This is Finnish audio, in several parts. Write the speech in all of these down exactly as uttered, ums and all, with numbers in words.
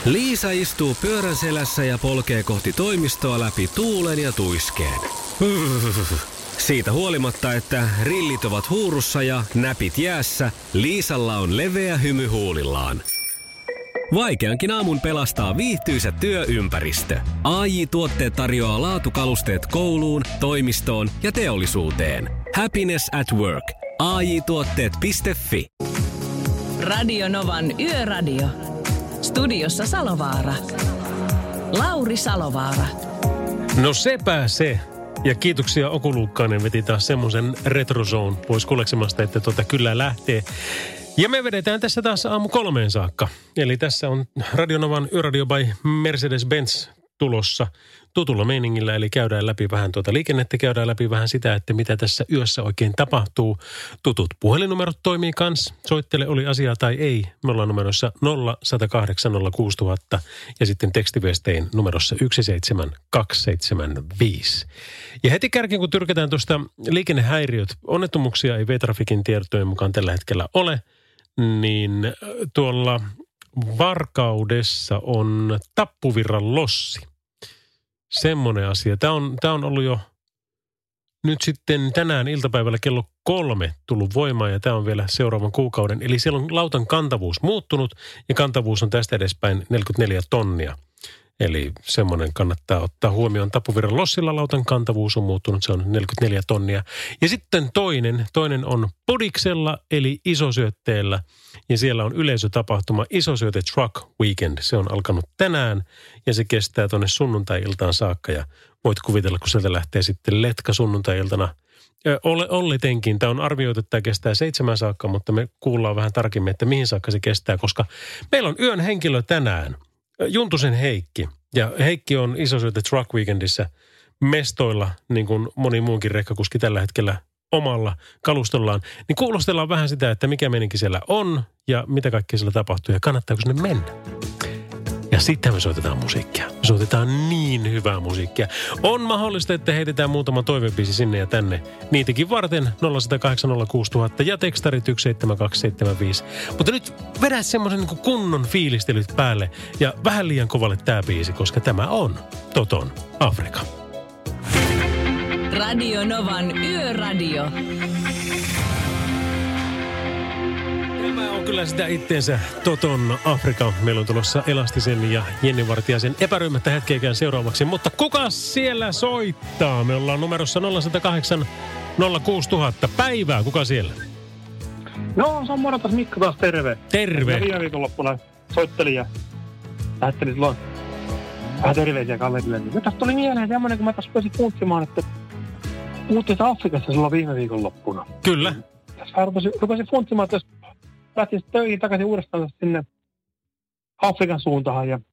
Liisa istuu pyörän selässä ja polkee kohti toimistoa läpi tuulen ja tuiskeen. Siitä huolimatta, että rillit ovat huurussa ja näpit jäässä, Liisalla on leveä hymy huulillaan. Vaikeankin aamun pelastaa viihtyisä työympäristö. A J-tuotteet tarjoaa laatukalusteet kouluun, toimistoon ja teollisuuteen. Happiness at work. A J tuotteet piste fi. Radio Novan Yöradio. Studiossa Salovaara. Lauri Salovaara. No sepä se. Ja kiitoksia Oku Luukkainen veti taas semmoisen retrozone pois kuleksemasta, että tuota kyllä lähtee. Ja me vedetään tässä taas aamu kolmeen saakka. Eli tässä on Radio Novan Yöradio by Mercedes-Benz tulossa tutulla meiningillä. Eli käydään läpi vähän tuota liikennettä, käydään läpi vähän sitä, että mitä tässä yössä oikein tapahtuu. Tutut puhelinnumerot toimii kans. Soittele oli asiaa tai ei. Me ollaan numerossa nolla yksi nolla kahdeksan nolla kuusi nolla nolla nolla ja sitten tekstiviestein numerossa yksi seitsemän kaksi seitsemän viisi. Ja heti kärkeen kun tyrkätään tuosta liikennehäiriöt, onnettomuuksia ei V-Trafikin tietojen mukaan tällä hetkellä ole, niin tuolla Varkaudessa on Tappuvirran lossi. Semmoinen asia. Tämä on, tämä on ollut jo nyt sitten tänään iltapäivällä kello kolme tullut voimaan ja tämä on vielä seuraavan kuukauden. Eli siellä on lautan kantavuus muuttunut ja kantavuus on tästä edespäin neljäkymmentäneljä tonnia. Eli semmoinen kannattaa ottaa huomioon. Tappuvirran lossilla lautan kantavuus on muuttunut, se on neljäkymmentäneljä tonnia. Ja sitten toinen, toinen on Podiksella eli Isosyötteellä. Ja siellä on yleisötapahtuma Isosyöte Truck Weekend. Se on alkanut tänään ja se kestää tuonne sunnuntai-iltaan saakka. Ja voit kuvitella, kun sieltä lähtee sitten letka sunnuntai-iltana. Ollitenkin, tämä on arvioitu, että tämä kestää seitsemän saakka, mutta me kuullaan vähän tarkemmin, että mihin saakka se kestää. Koska meillä on yön henkilö tänään. Juntusen Heikki. Ja Heikki on Isosyöte Truck Weekendissä mestoilla, niin kuin moni muunkin rekkakuski tällä hetkellä omalla kalustollaan. Niin kuulostellaan vähän sitä, että mikä meininki siellä on ja mitä kaikkea siellä tapahtuu ja kannattaako sinne mennä. Ja sitten me soitetaan musiikkia. Me soitetaan niin hyvää musiikkia. On mahdollista, että heitetään muutama toivebiisi sinne ja tänne. Niitäkin varten nolla yksi nolla kahdeksan nolla kuusi nolla nolla nolla ja tekstarit yksi seitsemän kaksi seitsemän viisi. Mutta nyt vedä semmoisen niin kuin kunnon fiilistelyt päälle ja vähän liian kovalle tää biisi, koska tämä on Toton Afrika. Radio Novan Yöradio. Tämä on kyllä sitä itteensä Toton Afrika. Meillä on tulossa Elastisen ja Jenni Vartiaisen epäröimättä hetkeäkään seuraavaksi. Mutta kuka siellä soittaa? Me ollaan numerossa nolla yksi nolla kahdeksan nolla kuusi nolla nolla nolla. Päivää, kuka siellä? No, se on morotas Mikko taas, terve. Terve. Ja viime viikonloppuna soittelin ja lähettelin silloin vähän terveisiä kaverille. Nyt tästä tuli mieleen semmoinen, kun mä tässä pääsin funtsimaan, että puhuttiin Afrikassa silloin viime viikonloppuna. Kyllä. Tässä rupesin, rupesin funtsimaan, että jos lähtin töihin takaisin uudestaan sinne Afrikan suuntaan. Ja,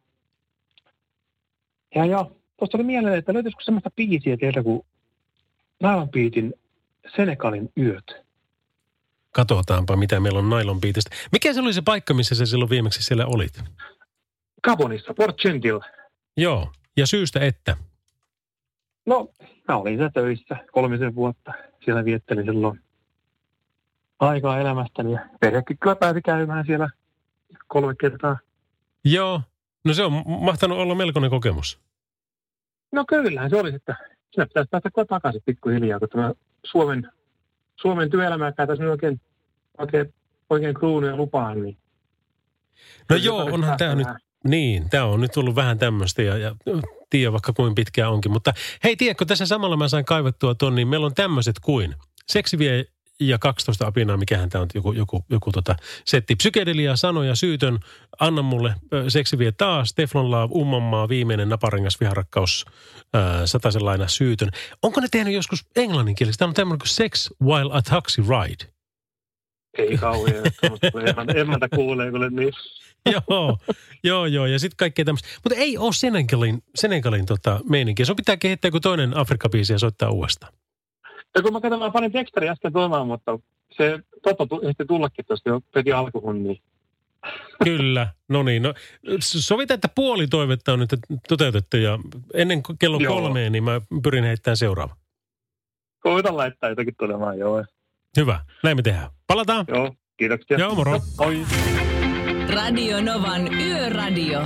ja, ja tuosta oli mieleen, että löytyisikö semmoista biisiä teiltä kuin Nylon Beatin Senegalin yöt. Katsotaanpa, mitä meillä on Nylon Beatistä. Mikä se oli se paikka, missä sä silloin viimeksi siellä olit? Gabonissa, Port Gentil. Joo, ja syystä että? No, mä olin siellä töissä kolmisen vuotta. Siellä viettelin silloin aikaa elämästäni ja perhekin kyllä pääsi käymään siellä kolme kertaa. Joo, no se on mahtanut olla melkoinen kokemus. No kyllähän se oli sitten. Sinä pitäisi päästä takaisin pikkuhiljaa, kun tämä Suomen, Suomen työelämää käytäisiin oikein, oikein, oikein kruunuja lupaan. Niin. No joo, onhan tämä nyt, niin, tämä on nyt ollut vähän tämmöistä ja, ja tiedä vaikka kuin pitkään onkin. Mutta hei, tiedätkö, tässä samalla mä sain kaivettua ton, niin meillä on tämmöiset kuin Seksivie ja kaksitoista apinaa, mikähän tämä on joku, joku, joku tota setti. Psykedelia, sanoja, syytön, anna mulle, Seksivie taas, Teflon Love, Ummammaa, viimeinen, naparengas, viharakkaus, ää, sataselaina, syytön. Onko ne tehnyt joskus englanninkielistä? Tämä on tämmöinen kuin Sex While a Taxi Ride. Ei kauhean, emäntä kuulee kyllä niin. joo, joo, joo, ja sitten kaikkea tämmöistä. Mutta ei ole Senegalin, Senegalin tota meininkiä. Se pitää kehittää joku toinen Afrikka-biisi ja soittaa uudestaan. Ja kun mä katson, mä panin tekstari äsken toimimaan, mutta se Toto ehti tullakin tuosta jo peti alkuun, niin. Kyllä, no niin. No, sovitaan, että puoli toivetta on nyt toteutettu ja ennen kello joo. kolmeen, niin mä pyrin heittämään seuraava. Koitan laittaa jotakin tulemaan, joo. Hyvä, näin me tehdään. Palataan. Joo, kiitoksia. Joo, moro. Moi. Radio Novan Yöradio.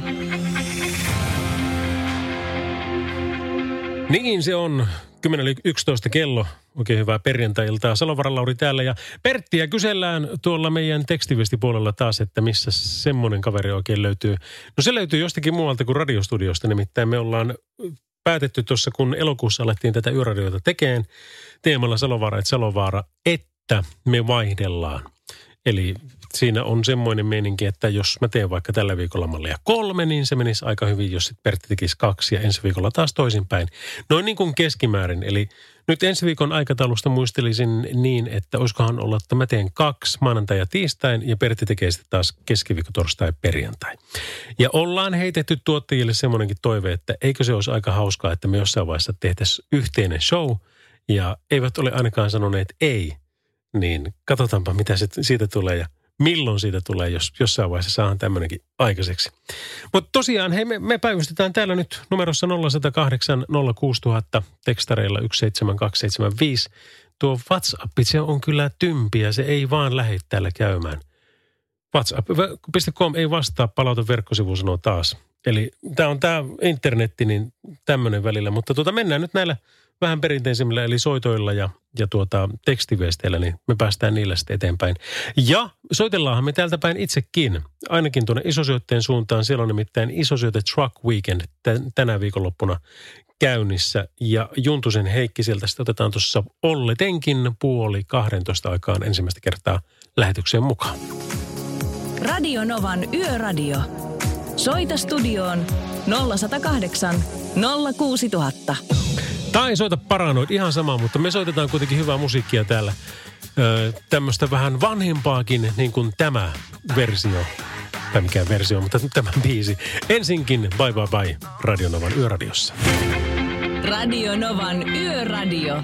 Niin se on. kymmenen yksitoista kello. Oikein hyvää perjantai-iltaa. Salovaara Lauri täällä ja Perttiä kysellään tuolla meidän tekstiviestipuolella taas, että missä semmoinen kaveri oikein löytyy. No se löytyy jostakin muualta kuin radiostudiosta, nimittäin me ollaan päätetty tuossa, kun elokuussa alettiin tätä yöradioita tekemään teemalla Salovaara et Salovaara, että me vaihdellaan. Eli siinä on semmoinen meininki, että jos mä teen vaikka tällä viikolla mallia kolme, niin se menisi aika hyvin, jos sitten Pertti tekisi kaksi ja ensi viikolla taas toisinpäin. Noin niin kuin keskimäärin. Eli nyt ensi viikon aikataulusta muistelisin niin, että olisikohan olla, että mä teen kaksi maanantai ja tiistain ja Pertti tekee sitten taas keskiviikko, torstai ja perjantai. Ja ollaan heitetty tuottajille semmoinenkin toive, että eikö se olisi aika hauskaa, että me jossain vaiheessa tehtäisiin yhteinen show ja eivät ole ainakaan sanoneet ei. Niin katsotaanpa, mitä siitä tulee ja milloin siitä tulee, jos jossain vaiheessa saadaan tämmöinenkin aikaiseksi. Mutta tosiaan, hei, me, me päivystetään täällä nyt numerossa nolla yksi nolla kahdeksan nolla kuusi nolla nolla nolla tekstareilla yksi seitsemän kaksi seitsemän viisi. Tuo WhatsApp, se on kyllä tympiä, se ei vaan lähde täällä käymään. WhatsApp piste com ei vastaa, palauta verkkosivu sanoo taas. Eli tämä on tämä internetti, niin tämmöinen välillä, mutta tuota mennään nyt näillä vähän perinteisemmillä, eli soitoilla ja, ja tuota, tekstiviesteillä, niin me päästään niillä sitten eteenpäin. Ja soitellaanhan me täältä päin itsekin, ainakin tuonne Isosyötteen suuntaan. Siellä on nimittäin Isosyöte Truck Weekend tänä viikonloppuna käynnissä. Ja Juntusen Heikki sieltä sitten otetaan tuossa olletenkin puoli kahdentoista aikaan ensimmäistä kertaa lähetykseen mukaan. Radio Novan Yöradio. Soita studioon nolla yksi nolla kahdeksan nolla kuusi nolla nolla nolla. Tai soita Paranoid, ihan sama, mutta me soitetaan kuitenkin hyvää musiikkia täällä. Öö, tämmöistä vähän vanhempaakin, niin kuin tämä versio. Tai mikä versio, mutta tämä biisi. Ensinkin Bye Bye Bye Radio Novan Yöradiossa. Radio Novan Yöradio.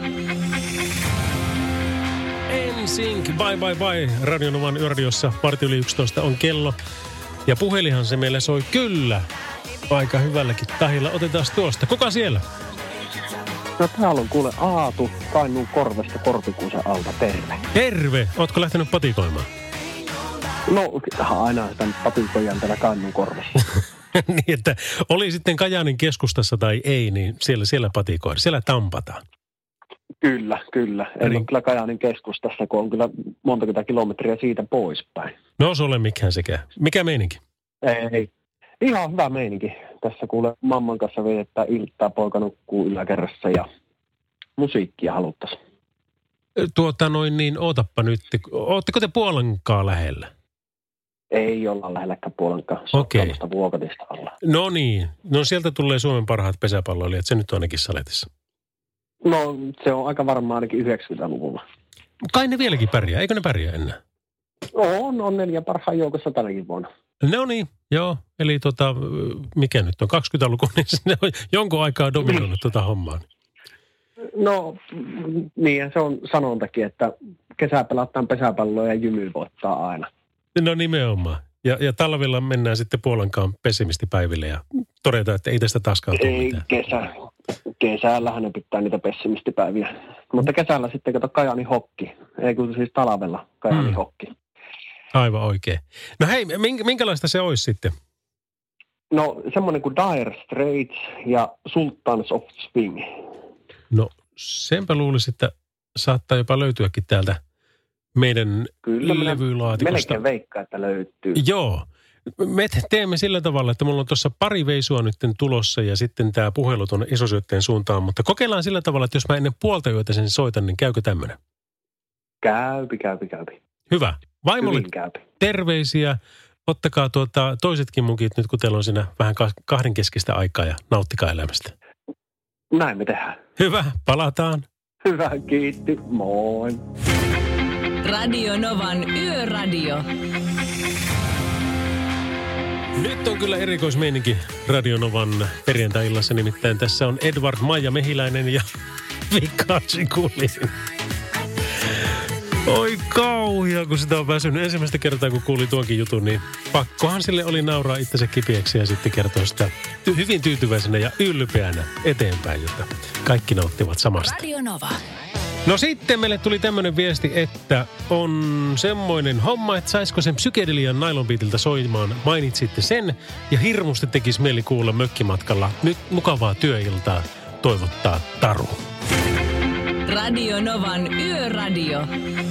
Ensink Bye Bye Bye Radio Novan Yöradiossa. Varti yli yksitoista on kello. Ja puhelinhan se meillä soi kyllä aika hyvälläkin tahilla. Otetaan tuosta. Kuka siellä? No täällä on kuule Aatu Kainuun Korvesta Korpikuusen alta, terve. Terve! Ootko lähtenyt patikoimaan? No aina sitä nyt patikoijan täällä Kainuun Korvessa. Niin, että oli sitten Kajaanin keskustassa tai ei, niin siellä, siellä patikoida. Siellä tampataan. Kyllä, kyllä. En Eli... ole kyllä Kajaanin keskustassa, kun on kyllä montakymmentä kilometriä siitä poispäin. No se ole mikään sekä. Mikä meininki? Ei. Ihan hyvä meininki. Tässä kuule mamman kanssa viettää iltaa, poika nukkuu yläkerrassa ja musiikkia haluttaisiin. Tuota noin niin, ootappa nyt. Ootteko te Puolankaa lähellä? Ei olla lähelläkään Puolankaa. Se Okei. on Vuokatista alla. No niin. No sieltä tulee Suomen parhaat pesäpalloilijat. Se nyt on ainakin saletissa. No se on aika varmaan ainakin yhdeksänkymmentäluvulla. Kai ne vieläkin pärjää. Eikö ne pärjää enää? On, on neljä parhaan joukossa tänäkin vuonna. No niin, joo. Eli tota, mikä nyt on, kaksikymmentäluku, niin ne on jonkun aikaa dominoinut tota hommaa. No, niin se on sanontakin, että kesä pelataan pesäpalloa ja jymy voittaa aina. No nimenomaan. Ja, ja talvella mennään sitten Puolankaan pessimistipäiville ja todetaan, että ei tästä taaskaan tule Ei mitään. kesä. Kesällähän ne pitää niitä pessimistipäiviä. Mutta kesällä sitten kato Kajaanin hokki. Ei kun siis talvella Kajaanin Mm. hokki. Aivan oikein. No hei, minkälaista se olisi sitten? No semmoinen kuin Dire Straits ja Sultans of Swing. No senpä luulisi, että saattaa jopa löytyäkin täältä meidän Kyllä, minä levylaatikosta. melkein veikkaa, että löytyy. Joo. Me teemme sillä tavalla, että mulla on tuossa pari veisua nyt tulossa ja sitten tämä puhelu tuonne Isosyötteen suuntaan. Mutta kokeillaan sillä tavalla, että jos mä ennen puolta yötä sen soitan, niin käykö tämmöinen? Käypi, käypi, käypi. Hyvä. Vaimolle Hyvin käypi. terveisiä. Ottakaa tuota toisetkin mukit nyt, kun teillä on siinä vähän kahdenkeskistä aikaa ja nauttikaa elämästä. Näin me tehdään. Hyvä, palataan. Hyvä, kiitti. Moi. Radio Novan Yöradio. Nyt on kyllä erikoismeininki Radio Novan perjantai-illassa, nimittäin tässä on Edward Maija Mehiläinen ja Vikaci Kulin. Oi kauhia, kun sitä on väsynyt. Ensimmäistä kertaa, kun kuuli tuonkin jutun, niin pakkohan sille oli nauraa itsensä kipeäksi ja sitten kertoa sitä hyvin tyytyväisenä ja ylpeänä eteenpäin, jotta kaikki nauttivat samasta. Radio Nova. No sitten meille tuli tämmöinen viesti, että on semmoinen homma, että saisiko sen psykedelian nailonbiitiltä soimaan. Mainitsitte sen ja hirmusti tekisi mieli kuulla mökkimatkalla. Nyt mukavaa työiltaa toivottaa Taru. Radio Novan Yöradio.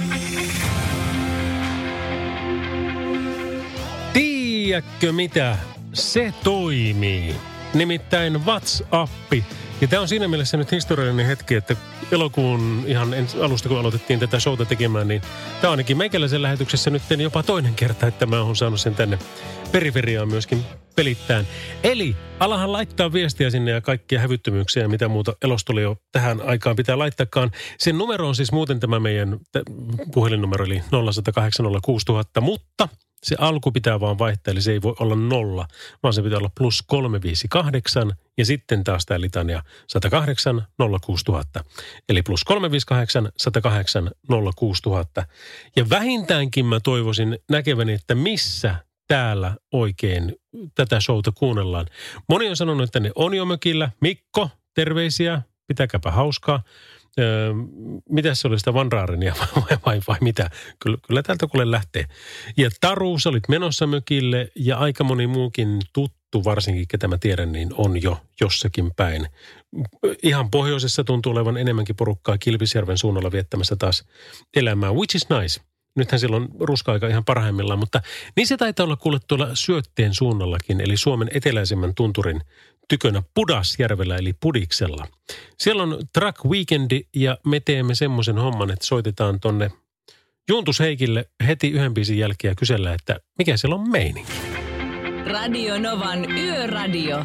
Tiedätkö mitä? Se toimii. Nimittäin WhatsApp. Ja tämä on siinä mielessä nyt historiallinen hetki, että elokuun ihan alusta, kun aloitettiin tätä showta tekemään, niin tämä on ainakin meikäläisen lähetyksessä nyt jopa toinen kerta, että mä oon saanut sen tänne periferiaan myöskin pelittään. Eli alahan laittaa viestiä sinne ja kaikkia hävyttömyyksiä ja mitä muuta elostulio tähän aikaan pitää laittaakaan. Sen numero on siis muuten tämä meidän puhelinnumero, eli nolla yksi nolla kahdeksan nolla kuusi nolla nolla nolla, mutta se alku pitää vaan vaihtaa, eli se ei voi olla nolla, vaan se pitää olla plus kolme viisi kahdeksan ja sitten taas tämä litania yksi nolla kahdeksan nolla kuusi nolla nolla nolla. Eli plus kolme viisi kahdeksan yksi nolla kahdeksan nolla kuusi nolla nolla nolla. Ja vähintäänkin mä toivoisin näkeväni, että missä täällä oikein tätä showta kuunnellaan. Moni on sanonut, että ne on jo mökillä. Mikko, terveisiä, pitäkääpä hauskaa. Öö, mitä se oli sitä Van Raarenia vai, vai, vai mitä? Kyllä, kyllä täältä kuule lähtee. Ja Taru, sä olit menossa mökille ja aika moni muukin tuttu, varsinkin ketä mä tiedän, niin on jo jossakin päin. Ihan pohjoisessa tuntuu olevan enemmänkin porukkaa Kilpisjärven suunnalla viettämässä taas elämää, which is nice. Nythän silloin ruska-aika ihan parhaimmillaan, mutta niin se taitaa olla kuule tuolla Syötteen suunnallakin, eli Suomen eteläisimmän tunturin tykönä Pudasjärvellä, eli Pudiksella. Siellä on Truck Weekendi ja me teemme semmoisen homman, että soitetaan tonne Juntus Heikille heti yhden biisin jälkeen ja kysellään, että mikä siellä on meininki. Radio Novan Yöradio.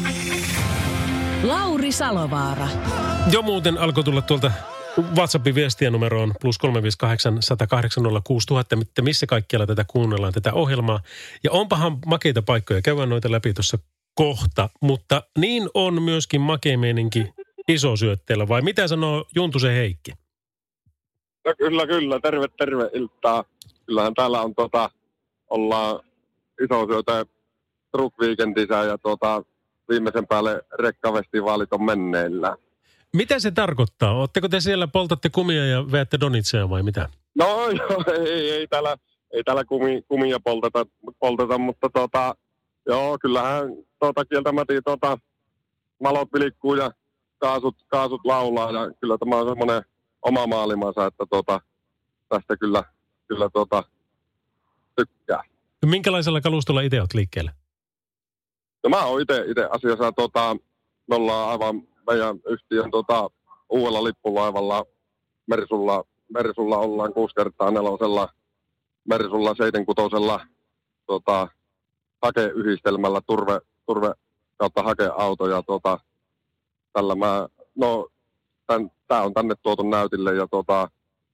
Lauri Salovaara. Jo muuten alkoi tulla tuolta WhatsAppin viestiä numeroon plus kolme viisi kahdeksan yksi nolla kahdeksan nolla kuusi nolla nolla nolla, missä kaikkialla tätä kuunnellaan, tätä ohjelmaa. Ja onpahan makeita paikkoja, käydään noita läpi tuossa kohta, mutta niin on myöskin makea meininki Isosyötteellä, vai mitä sanoo Juntusen Heikki? No kyllä, kyllä. Terve, terve iltaa. Kyllähän täällä on tota, ollaan Isosyöte Truck Weekendissä ja tota, viimeisen päälle rekkafestivaalit on menneillä. Mitä se tarkoittaa? Oletteko te siellä, poltatte kumia ja veätte donitseja vai mitä? No joo, ei, ei täällä, ei täällä kumi, kumia polteta, polteta, mutta tota, joo, kyllähän tota, kieltämäti tota, malot vilikkuu ja kaasut, kaasut laulaa ja kyllä tämä on semmoinen oma maailmansa, että tota, tästä kyllä, kyllä tota, tykkää. Minkälaisella kalustolla itse olet liikkeellä? No mä oon itse, itse asiassa, tota, me ollaan aivan meidän yhtiön tota, uudella lippulaivalla Mersulla, Mersulla ollaan kuusi kertaa nelosella, Mersulla seitsemänkutosella tota, hakeyhdistelmällä turve, turve kautta hakeauto ja tota, tällä mä, no tän, tää on tänne tuotu näytille ja tota,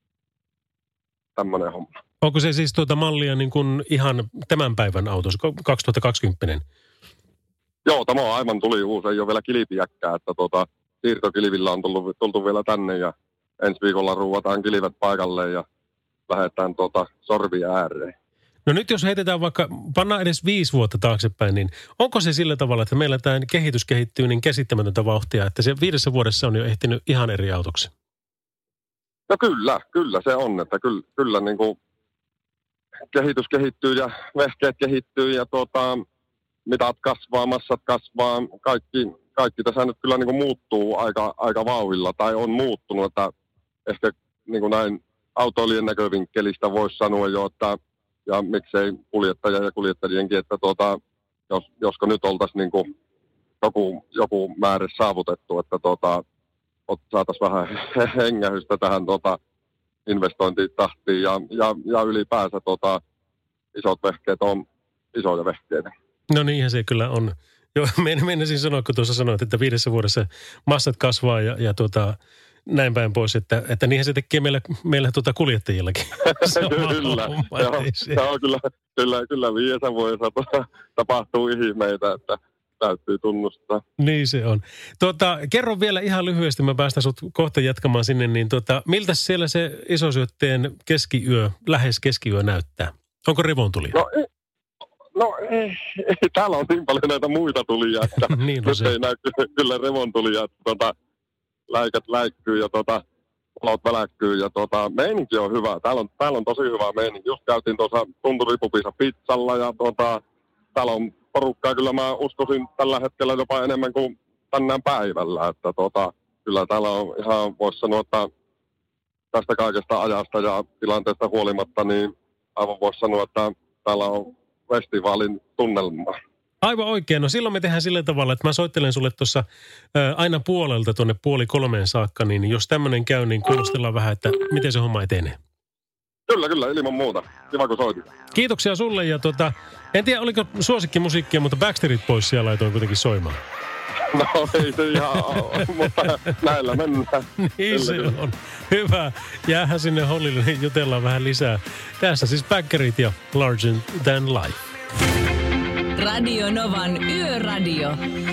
tämmönen homma. Onko se siis tuota mallia niin kuin ihan tämän päivän autossa, kaksituhattakaksikymmentä? Joo, tämä on aivan tuli uusi, ei ole vielä kilpiäkkää, että tota, siirtokilvillä on tullut, tultu vielä tänne ja ensi viikolla ruuvataan kilvet paikalle ja lähdetään tota, sorvi ääreen. No nyt jos heitetään vaikka, pannaan edes viisi vuotta taaksepäin, niin onko se sillä tavalla, että meillä tämä kehitys kehittyy niin käsittämätöntä vauhtia, että se viidessä vuodessa on jo ehtinyt ihan eri autoksi? No kyllä, kyllä se on, että kyllä, kyllä niin kuin kehitys kehittyy ja vehkeet kehittyy ja tota, mitat kasvaa, massat kasvaa, kaikki, kaikki tässä nyt kyllä niin kuin muuttuu aika, aika vauhdilla tai on muuttunut, että ehkä niin kuin näin autoilijan näkövinkkelistä voisi sanoa jo, että ja miksei kuljettaja ja kuljettajienkin, että tuota, jos, josko nyt oltaisiin niin kuin joku, joku määrä saavutettu, että tuota, saataisiin vähän hengähystä tähän tuota, investointitahtiin ja, ja, ja ylipäänsä tuota, isot vehkeet on isoja vehkeitä. No niinhän se kyllä on. Joo, meinasin sanoa, kun tuossa sanoit, että viidessä vuodessa massat kasvaa ja, ja tuota, näin päin pois, että, että niinhän se tekee meillä, meillä tuota kuljettajillakin. Kyllä, joo, se on kyllä, kyllä, kyllä viidessä vuodessa tapahtuu ihmeitä, että täytyy tunnustaa. Niin se on. Tuota, kerro vielä ihan lyhyesti, mä päästän sut kohta jatkamaan sinne, niin tuota, miltä siellä se Isosyötteen keskiyö, lähes keskiyö näyttää? Onko revontulia? No ei. No ei, ei, täällä on niin paljon näitä muita tulia, että niin nyt ei näy kyllä revontulia, että tota, läikät läikkyy ja tota, valot väläkkyy ja tota, meininki on hyvä. Täällä on, täällä on tosi hyvä meininki. Just käytiin tuossa Tunturipupissa pizzalla ja tota, täällä on porukkaa kyllä mä uskoisin tällä hetkellä jopa enemmän kuin tänään päivällä. Että tota, kyllä täällä on ihan, voisi sanoa, että tästä kaikesta ajasta ja tilanteesta huolimatta, niin aivan voisi sanoa, että täällä on festivaalin tunnelma. Aivan oikein. No silloin me tehdään sillä tavalla, että mä soittelen sulle tuossa ää, aina puolelta tuonne puoli kolmeen saakka, niin jos tämmöinen käy, niin kuulostellaan vähän, että miten se homma etenee. Kyllä, kyllä, ilman muuta. Kiva, kun soitit. Kiitoksia sulle ja tota, en tiedä oliko suosikkimusiikkia, mutta Backstreet Boys siellä laitoin kuitenkin soimaan. No ei se ihan ole, mutta näillä mennään. Niin se on. Hyvä. Jäähän sinne Hollille, niin jutellaan vähän lisää. Tässä siis Backerit ja Larger Than Life. Radio Novan Yöradio.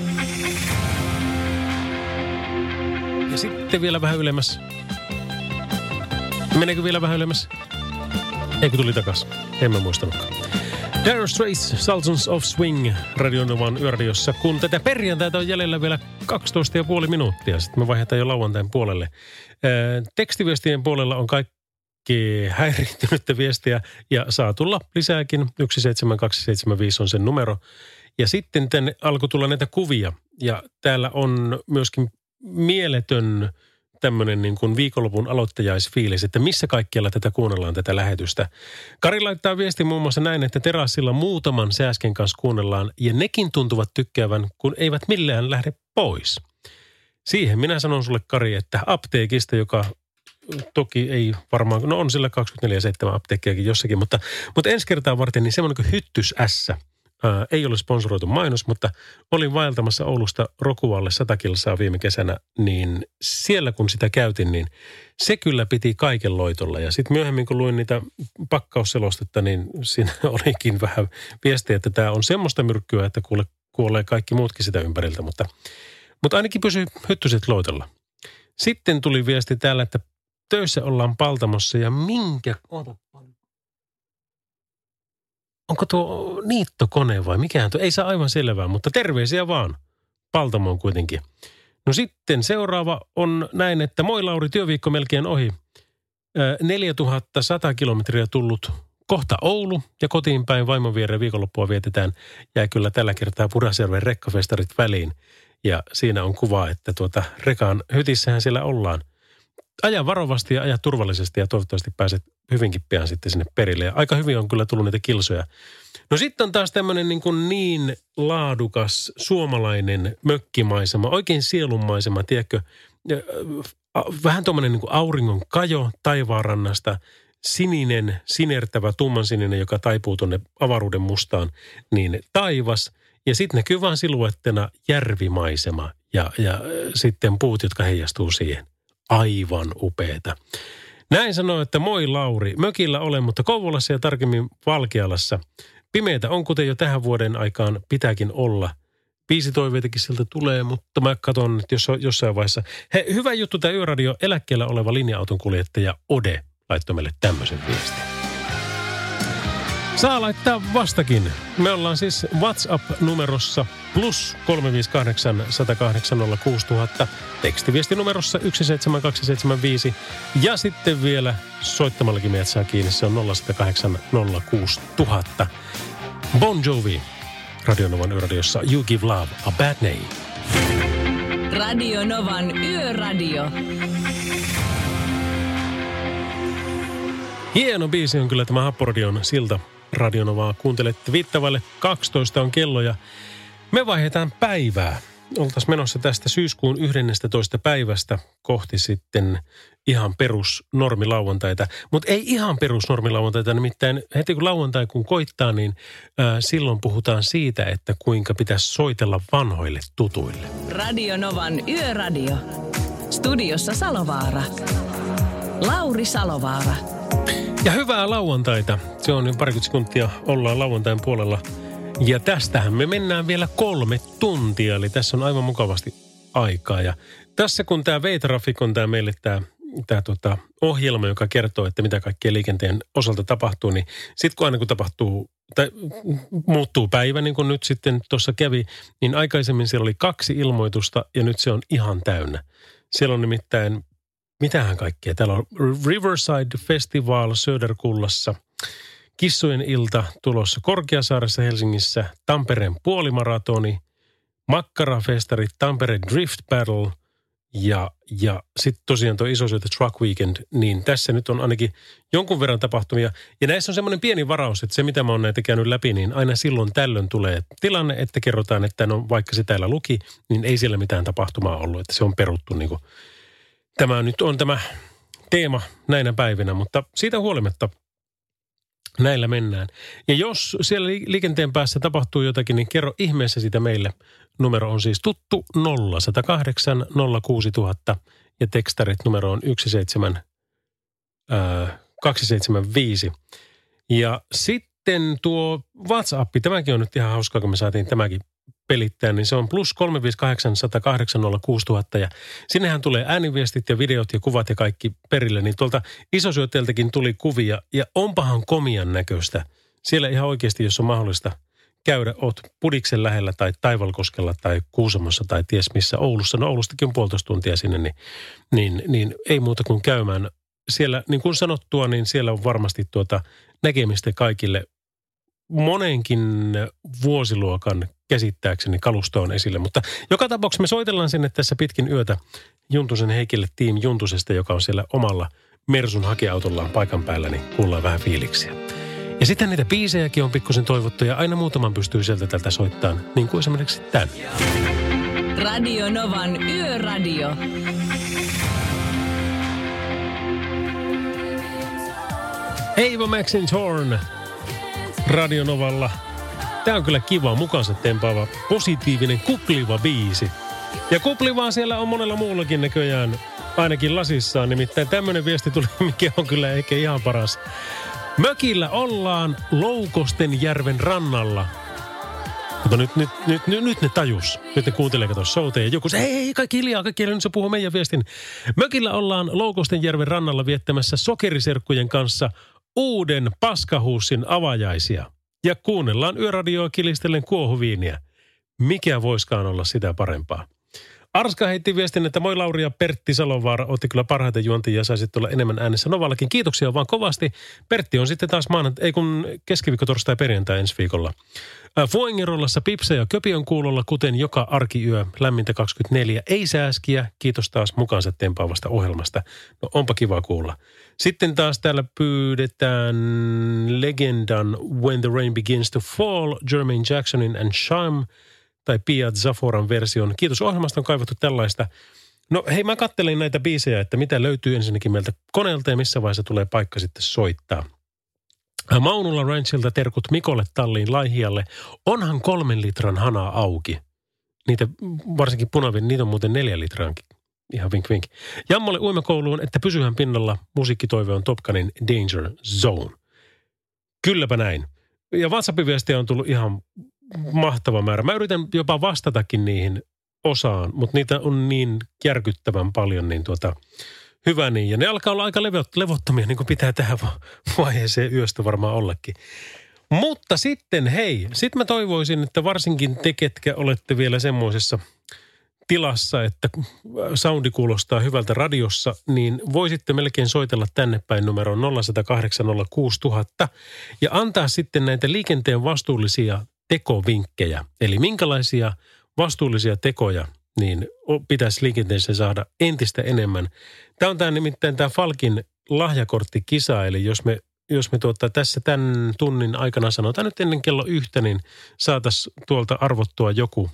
Ja sitten vielä vähän ylemmäs. Meneekö vielä vähän ylemmäs? Eikö tuli takas? En mä muistanutkaan. Dire Straits, Sultans of Swing, Radio Novan Yöradiossa. Kun tätä perjantaita on jäljellä vielä kaksitoista ja puoli minuuttia, sitten me vaihdetaan jo lauantain puolelle. Ää, tekstiviestien puolella on kaikki häiriintynyttä viestiä ja saa tulla lisääkin. yksi seitsemän kaksi seitsemän viisi on sen numero. Ja sitten tänne alkoi tulla näitä kuvia ja täällä on myöskin mieletön tämmöinen niin kuin viikonlopun aloittajaisfiilis, että missä kaikkialla tätä kuunnellaan tätä lähetystä. Kari laittaa viesti muun muassa näin, että terassilla muutaman sääsken kanssa kuunnellaan ja nekin tuntuvat tykkäävän, kun eivät millään lähde pois. Siihen minä sanon sulle, Kari, että apteekista, joka toki ei varmaan, no on sillä kaksikymmentäneljä seitsemän apteekkiakin jossakin, mutta, mutta ensi kertaa varten niin semmoinen kuin Hyttys S. Ää, ei ole sponsoroitu mainos, mutta olin vaeltamassa Oulusta Rokualle sata kilsaa viime kesänä, niin siellä kun sitä käytin, niin se kyllä piti kaiken loitolla. Ja sitten myöhemmin kun luin niitä pakkausselostetta, niin siinä olikin vähän viestiä, että tämä on semmoista myrkkyä, että kuule, kuolee kaikki muutkin sitä ympäriltä, mutta, mutta ainakin pysyy hyttyset loitolla. Sitten tuli viesti täällä, että töissä ollaan Paltamossa ja minkä... Onko tuo niittokone vai mikähän tuo? Ei saa aivan selvää, mutta terveisiä vaan. Paltamoon kuitenkin. No sitten seuraava on näin, että moi Lauri, työviikko melkein ohi. neljätuhatta sata kilometriä tullut kohta Oulu ja kotiin päin vaimon viereen viikonloppua vietetään. Jäi kyllä tällä kertaa Pudasjärven rekkafestarit väliin. Ja siinä on kuva, että tuota rekan hytissähän siellä ollaan. Aja varovasti ja aja turvallisesti ja toivottavasti pääset hyvinkin pian sitten sinne perille. Ja aika hyvin on kyllä tullut niitä kilsoja. No sitten on taas tämmöinen niin, kuin niin laadukas suomalainen mökkimaisema, oikein sielunmaisema, tiedätkö? Vähän tuommoinen niin kuin auringon kajo taivaanrannasta, sininen, sinertävä, tummansininen, joka taipuu tuonne avaruuden mustaan, niin taivas. Ja sitten näkyy vaan siluettena järvimaisema ja, ja sitten puut, jotka heijastuu siihen. Aivan upeeta. Näin sanoo, että moi Lauri. Mökillä olen, mutta Kouvolassa ja tarkemmin Valkealassa. Pimeitä on, kuten jo tähän vuoden aikaan pitääkin olla. Biisitoiveitakin sieltä tulee, mutta mä katson, että jos on jossain vaiheessa. He, hyvä juttu tämä Yöradio, eläkkeellä oleva linja-auton kuljettaja Ode laittoi meille tämmöisen viestin. Saa laittaa vastakin. Me ollaan siis WhatsApp-numerossa plus kolme viisi kahdeksan, yksi kahdeksan, nolla kuusi nolla nolla nolla. Tekstiviestinumerossa yksi seitsemän kaksi seitsemän viisi. Ja sitten vielä soittamallakin meidät saa kiinni. Se on nolla yksi kahdeksan, nolla kuusi nolla nolla. Bon Jovi. Radio Novan Yöradiossa You Give Love a Bad Name. Radio Novan Yöradio. Hieno biisi on kyllä tämä Happoradion silta. Radio Novaa kuuntelette viittavalle kaksitoista on kello ja me vaihdetaan päivää. Oltaisiin menossa tästä syyskuun yhdennestätoista päivästä kohti sitten ihan perus normilauantaita. Mutta ei ihan perus normilauantaita, nimittäin heti kun lauantai kun koittaa, niin ää, silloin puhutaan siitä, että kuinka pitäisi soitella vanhoille tutuille. Radio Novan Yöradio. Studiossa Salovaara. Lauri Salovaara. Ja hyvää lauantaita. Se on jo parikymmentä sekuntia, ollaan lauantain puolella. Ja tästähän me mennään vielä kolme tuntia, eli tässä on aivan mukavasti aikaa. Ja tässä kun tämä V-Traffic on tämä meille tämä, tämä tota ohjelma, joka kertoo, että mitä kaikkea liikenteen osalta tapahtuu, niin sitten kun aina kun tapahtuu, tai muuttuu päivä, niin kuin nyt sitten tuossa kävi, niin aikaisemmin siellä oli kaksi ilmoitusta ja nyt se on ihan täynnä. Siellä on nimittäin mitähän kaikkea. Täällä on Riverside Festival Söderkullassa, Kissojen ilta tulossa Korkeasaaressa Helsingissä, Tampereen puolimaratoni, Makkarafestarit, Tampere Drift Battle ja, ja sitten tosiaan tuo Isosyötä Truck Weekend, niin tässä nyt on ainakin jonkun verran tapahtumia. Ja näissä on semmoinen pieni varaus, että se mitä mä oon näitä käynyt läpi, niin aina silloin tällöin tulee tilanne, että kerrotaan, että no vaikka se täällä luki, niin ei siellä mitään tapahtumaa ollut, että se on peruttu niin kuin. Tämä nyt on tämä teema näinä päivinä, mutta siitä huolimatta näillä mennään. Ja jos siellä liikenteen päässä tapahtuu jotakin, niin kerro ihmeessä sitä meille. Numero on siis tuttu nolla yksi nolla kahdeksan nolla kuusi nolla nolla nolla ja tekstarit numero on yksi seitsemän kaksi seitsemän viisi. Ja sitten tuo WhatsApp, tämäkin on nyt ihan hauskaa, kun me saatiin tämäkin pelittää, niin se on plus kolme viisi kahdeksan yksi nolla kahdeksan nolla kuusi nolla nolla nolla ja sinnehän tulee ääniviestit ja videot ja kuvat ja kaikki perille, niin tuolta Isosyöteeltäkin tuli kuvia ja onpahan komian näköistä. Siellä ihan oikeasti, jos on mahdollista käydä, oot Pudiksen lähellä tai Taivalkoskella tai Kuusamossa tai ties missä Oulussa, no Oulustakin on puolitoista tuntia sinne, niin, niin, niin ei muuta kuin käymään. Siellä, niin kuin sanottua, niin siellä on varmasti tuota näkemistä kaikille monenkin vuosiluokan käsittääkseni kalusto on esille. Mutta joka tapauksessa me soitellaan sinne tässä pitkin yötä Juntusen Heikille Team Juntusesta, joka on siellä omalla Mersun hakeautollaan paikan päällä, niin kuullaan vähän fiiliksiä. Ja sitten niitä biisejäkin on pikkusen toivottu ja aina muutaman pystyy sieltä tältä soittamaan, niin kuin esimerkiksi tämän. Radio Novan Yöradio. Ava McIntyre Radio Novalla. Tämä on kyllä kiva, mukaansa tempaava, positiivinen, kupliva biisi. Ja kuplivaa siellä on monella muullakin näköjään, ainakin lasissaan. Nimittäin tämmöinen viesti tuli, mikä on kyllä ehkä ihan paras. Mökillä ollaan Loukostenjärven rannalla. Mutta nyt, nyt, nyt, nyt, nyt ne tajus. Nyt ne kuuntelee, kato showta ja joku se, ei, ei, kaikki hiljaa, kaikki hiljaa, nyt se puhuu meidän viestin. Mökillä ollaan Loukostenjärven rannalla viettämässä sokeriserkkujen kanssa uuden paskahuussin avajaisia. Ja kuunnellaan yöradioa kilistellen kuohuviiniä. Mikä voiskaan olla sitä parempaa? Arska heitti viestin, että moi Lauri ja Pertti Salovaara, otti kyllä parhaita juontia ja saisit olla enemmän äänessä Novallakin. Kiitoksia vaan kovasti. Pertti on sitten taas maanantai, ei kun keskiviikko, torstai, perjantai ensi viikolla. Fuengerollassa Pipsa ja Köpi on kuulolla, kuten joka arkiyö, lämmintä kaksikymmentäneljä. Ei sääskiä, kiitos taas mukaansa tempaavasta ohjelmasta. No onpa kiva kuulla. Sitten taas täällä pyydetään legendan When the Rain Begins to Fall, Jermaine Jacksonin and Shime, tai Pia Zaforan version. Kiitos, ohjelmasta on kaivattu tällaista. No hei, mä kattelin näitä biisejä, että mitä löytyy ensinnäkin meiltä koneelta ja missä vaiheessa tulee paikka sitten soittaa. Maunulla Ranchilta terkut Mikolle talliin Laihialle. Onhan kolmen litran hanaa auki. Niitä varsinkin punavin, niitä on muuten neljä litraankin. Ihan vink vink. Jammolle uimakouluun, että pysyhän pinnalla. Musiikkitoive on Topkanin Danger Zone. Kylläpä näin. Ja WhatsApp-viestiä on tullut ihan mahtava määrä. Mä yritän jopa vastatakin niihin osaan, mutta niitä on niin järkyttävän paljon, niin tuota, hyvä niin. Ja ne alkaa olla aika levottomia, niin kuin pitää tähän vaiheeseen yöstä varmaan ollakin. Mutta sitten hei, sitten mä toivoisin, että varsinkin te, ketkä olette vielä semmoisessa tilassa, että soundi kuulostaa hyvältä radiossa, niin voisitte melkein soitella tänne päin numeroon nolla yksi nolla kahdeksan nolla kuusi nolla nolla nolla ja antaa sitten näitä liikenteen vastuullisia tekovinkkejä. Eli minkälaisia vastuullisia tekoja niin pitäisi liikenteessä saada entistä enemmän. Tämä on tämä nimittäin tämä Falkin lahjakorttikisa, eli jos me, jos me tuota, tässä tämän tunnin aikana sanotaan nyt ennen kello yhtä, niin saataisiin tuolta arvottua joku,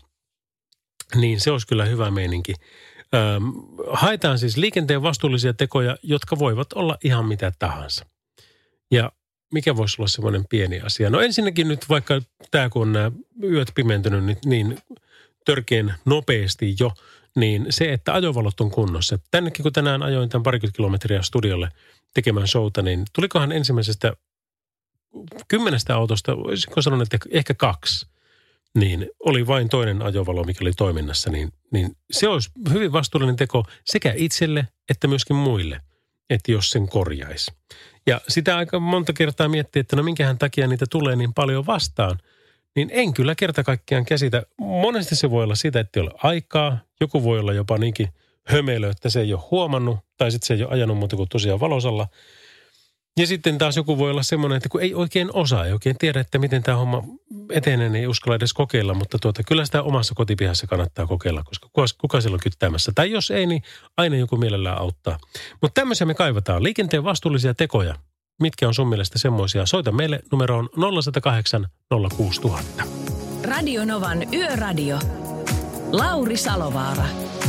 niin se olisi kyllä hyvä meininki. Ähm, haetaan siis liikenteen vastuullisia tekoja, jotka voivat olla ihan mitä tahansa. Ja mikä voisi olla semmoinen pieni asia? No ensinnäkin nyt vaikka tämä, kun on nämä yöt pimentynyt niin, niin törkeän nopeasti jo, niin se, että ajovalot on kunnossa. Tännekin kun tänään ajoin tämän parikymmentä kilometriä studiolle tekemään showta, niin tulikohan ensimmäisestä kymmenestä autosta, olisinko sanonut, että ehkä kaksi, niin oli vain toinen ajovalo, mikä oli toiminnassa, niin, niin se olisi hyvin vastuullinen teko sekä itselle että myöskin muille, että jos sen korjaisi. Ja sitä aika monta kertaa miettii, että no minkähän takia niitä tulee niin paljon vastaan, niin en kyllä kerta kaikkiaan käsitä. Monesti se voi olla sitä, että ei ole aikaa. Joku voi olla jopa niinkin hömelö, että se ei ole huomannut, tai sitten se ei ole ajanut muuta kuin tosiaan valosalla. Ja sitten taas joku voi olla semmoinen, että kun ei oikein osaa, ei oikein tiedä, että miten tämä homma etenee, niin ei uskalla edes kokeilla. Mutta tuota, kyllä sitä omassa kotipihassa kannattaa kokeilla, koska kuka, kuka siellä on kyttäämässä. Tai jos ei, niin aina joku mielellään auttaa. Mutta tämmöisiä me kaivataan. Liikenteen vastuullisia tekoja. Mitkä on sun mielestä semmoisia? Soita meille numeroon nolla yksi nolla kahdeksan nolla kuusi nolla nolla nolla. Radio Novan Yöradio. Lauri Salovaara.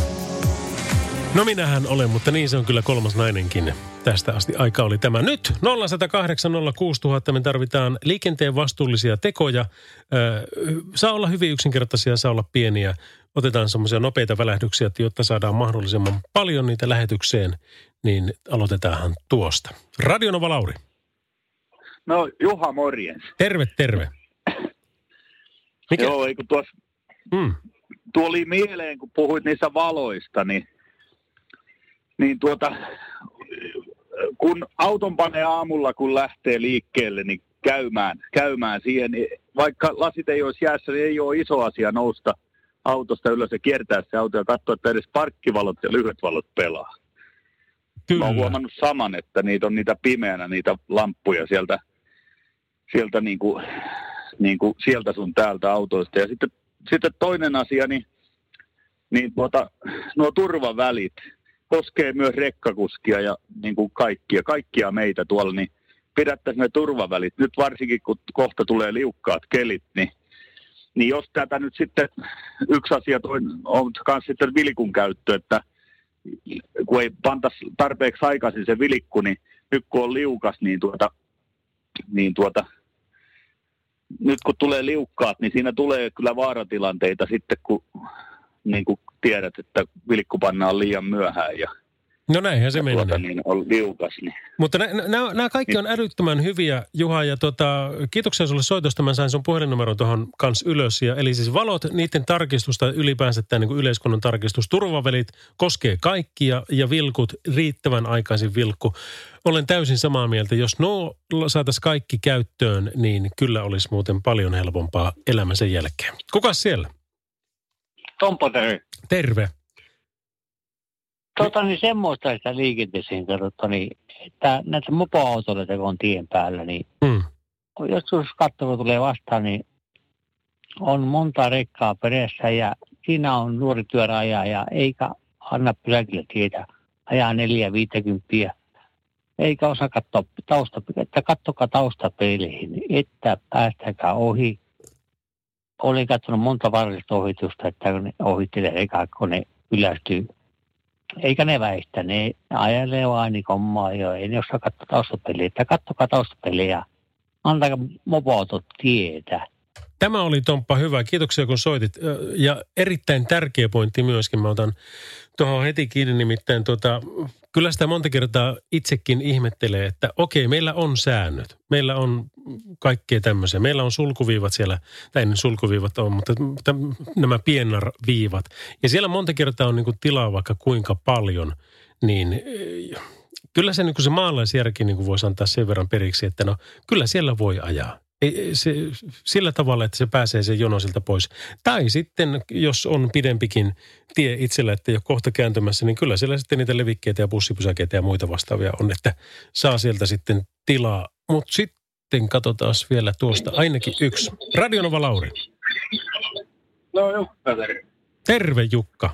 No minähän olen, mutta niin se on kyllä kolmas nainenkin. Tästä asti aika oli tämä. Nyt nolla yksi nolla kahdeksan nolla kuusi nolla nolla nolla me tarvitaan liikenteen vastuullisia tekoja. Ö, saa olla hyvin yksinkertaisia, saa olla pieniä. Otetaan semmoisia nopeita välähdyksiä, jotta saadaan mahdollisimman paljon niitä lähetykseen. Niin aloitetaanhan tuosta. Radio Nova Lauri. No Juha, morjens. Terve, terve. Mikä? Joo, eikö tuossa Hmm. tuli mieleen, kun puhuit niistä valoista, niin, niin tuota, kun auton panee aamulla, kun lähtee liikkeelle, niin käymään, käymään siihen, niin vaikka lasit ei olisi jäässä, niin ei ole iso asia nousta autosta ylös ja kiertää se auto ja katsoa, että edes parkkivalot ja lyhyet valot pelaa. Kyllä. Mä oon huomannut saman, että niitä on niitä pimeänä, niitä lamppuja sieltä, sieltä, niin kuin, niin kuin sieltä sun täältä autoista. Ja sitten, sitten toinen asia, niin, niin tuota, nuo turvavälit koskee myös rekkakuskia ja niin kuin kaikkia, kaikkia meitä tuolla, niin pidättäisiin ne turvavälit. Nyt varsinkin, kun kohta tulee liukkaat kelit, niin, niin jos tätä nyt sitten, yksi asia toinen, on myös sitten vilkun käyttö, että kun ei pantaisi tarpeeksi aikaisin se vilikku, niin nyt kun on liukas, niin tuota, niin tuota, nyt kun tulee liukkaat, niin siinä tulee kyllä vaaratilanteita sitten, kun niin kuin tiedät, että vilikku pannaan liian myöhään ja No näinhän se menee. Tuota, niin on liukas. Niin. Mutta nämä kaikki on älyttömän hyviä, Juha, ja tota, kiitoksia sulle soitosta. Mä sain sun puhelinnumeron tuohon kanssa ylös. Ja, eli siis valot, niiden tarkistusta, ylipäänsä tämä niin kuin yleiskunnon tarkistus, turvavälit koskee kaikkia ja vilkut, riittävän aikaisin vilkku. Olen täysin samaa mieltä. Jos nuo saataisiin kaikki käyttöön, niin kyllä olisi muuten paljon helpompaa elämän sen jälkeen. Kukas siellä? Tompo, terve. Terve. Tota niin semmoista sitä liikenteeseen katsottu, niin että näitä mopoautoja on tien päällä, niin Mm. joskus katselu tulee vastaan, niin on monta rekkaa perässä ja siinä on nuori työraaja ja eikä anna pysäkille tietä, ajaa neljä viittäkymppiä. Eikä osaa katsoa tausta, että katsokaa taustapeiliin, että päästäkää ohi. Olen katsonut monta vaarallista ohitusta, että kun ne ohittelee rekaa, kun ne ylästyy. Eikä ne väistä, ne ajelee vaan niin kommaa jo, ei ne osaa katsoa taustapeliä. Että katsokaa taustapeliä ja antakaa mopoautot tietää. Tämä oli, Tomppa, hyvä. Kiitoksia, kun soitit. Ja erittäin tärkeä pointti myöskin. Mä otan tuohon heti kiinni, nimittäin tuota, kyllä sitä monta kertaa itsekin ihmettelee, että okei, meillä on säännöt. Meillä on kaikkea tämmöisiä. Meillä on sulkuviivat siellä, tai ei sulkuviivat on, mutta nämä piennarviivat. Ja siellä monta kertaa on niin kuin tilaa vaikka kuinka paljon, niin kyllä se, niin kuin se maalaisjärki niin kuin voisi antaa sen verran periksi, että no kyllä siellä voi ajaa. Ei, se, sillä tavalla, että se pääsee sen jono siltä pois. Tai sitten, jos on pidempikin tie itsellä, että ei ole kohta kääntymässä, niin kyllä siellä sitten niitä levikkeitä ja bussipysäkeitä ja muita vastaavia on, että saa sieltä sitten tilaa. Mutta sitten katsotaan vielä tuosta ainakin yksi. Radio Nova Lauri. No Jukka, terve. Terve Jukka.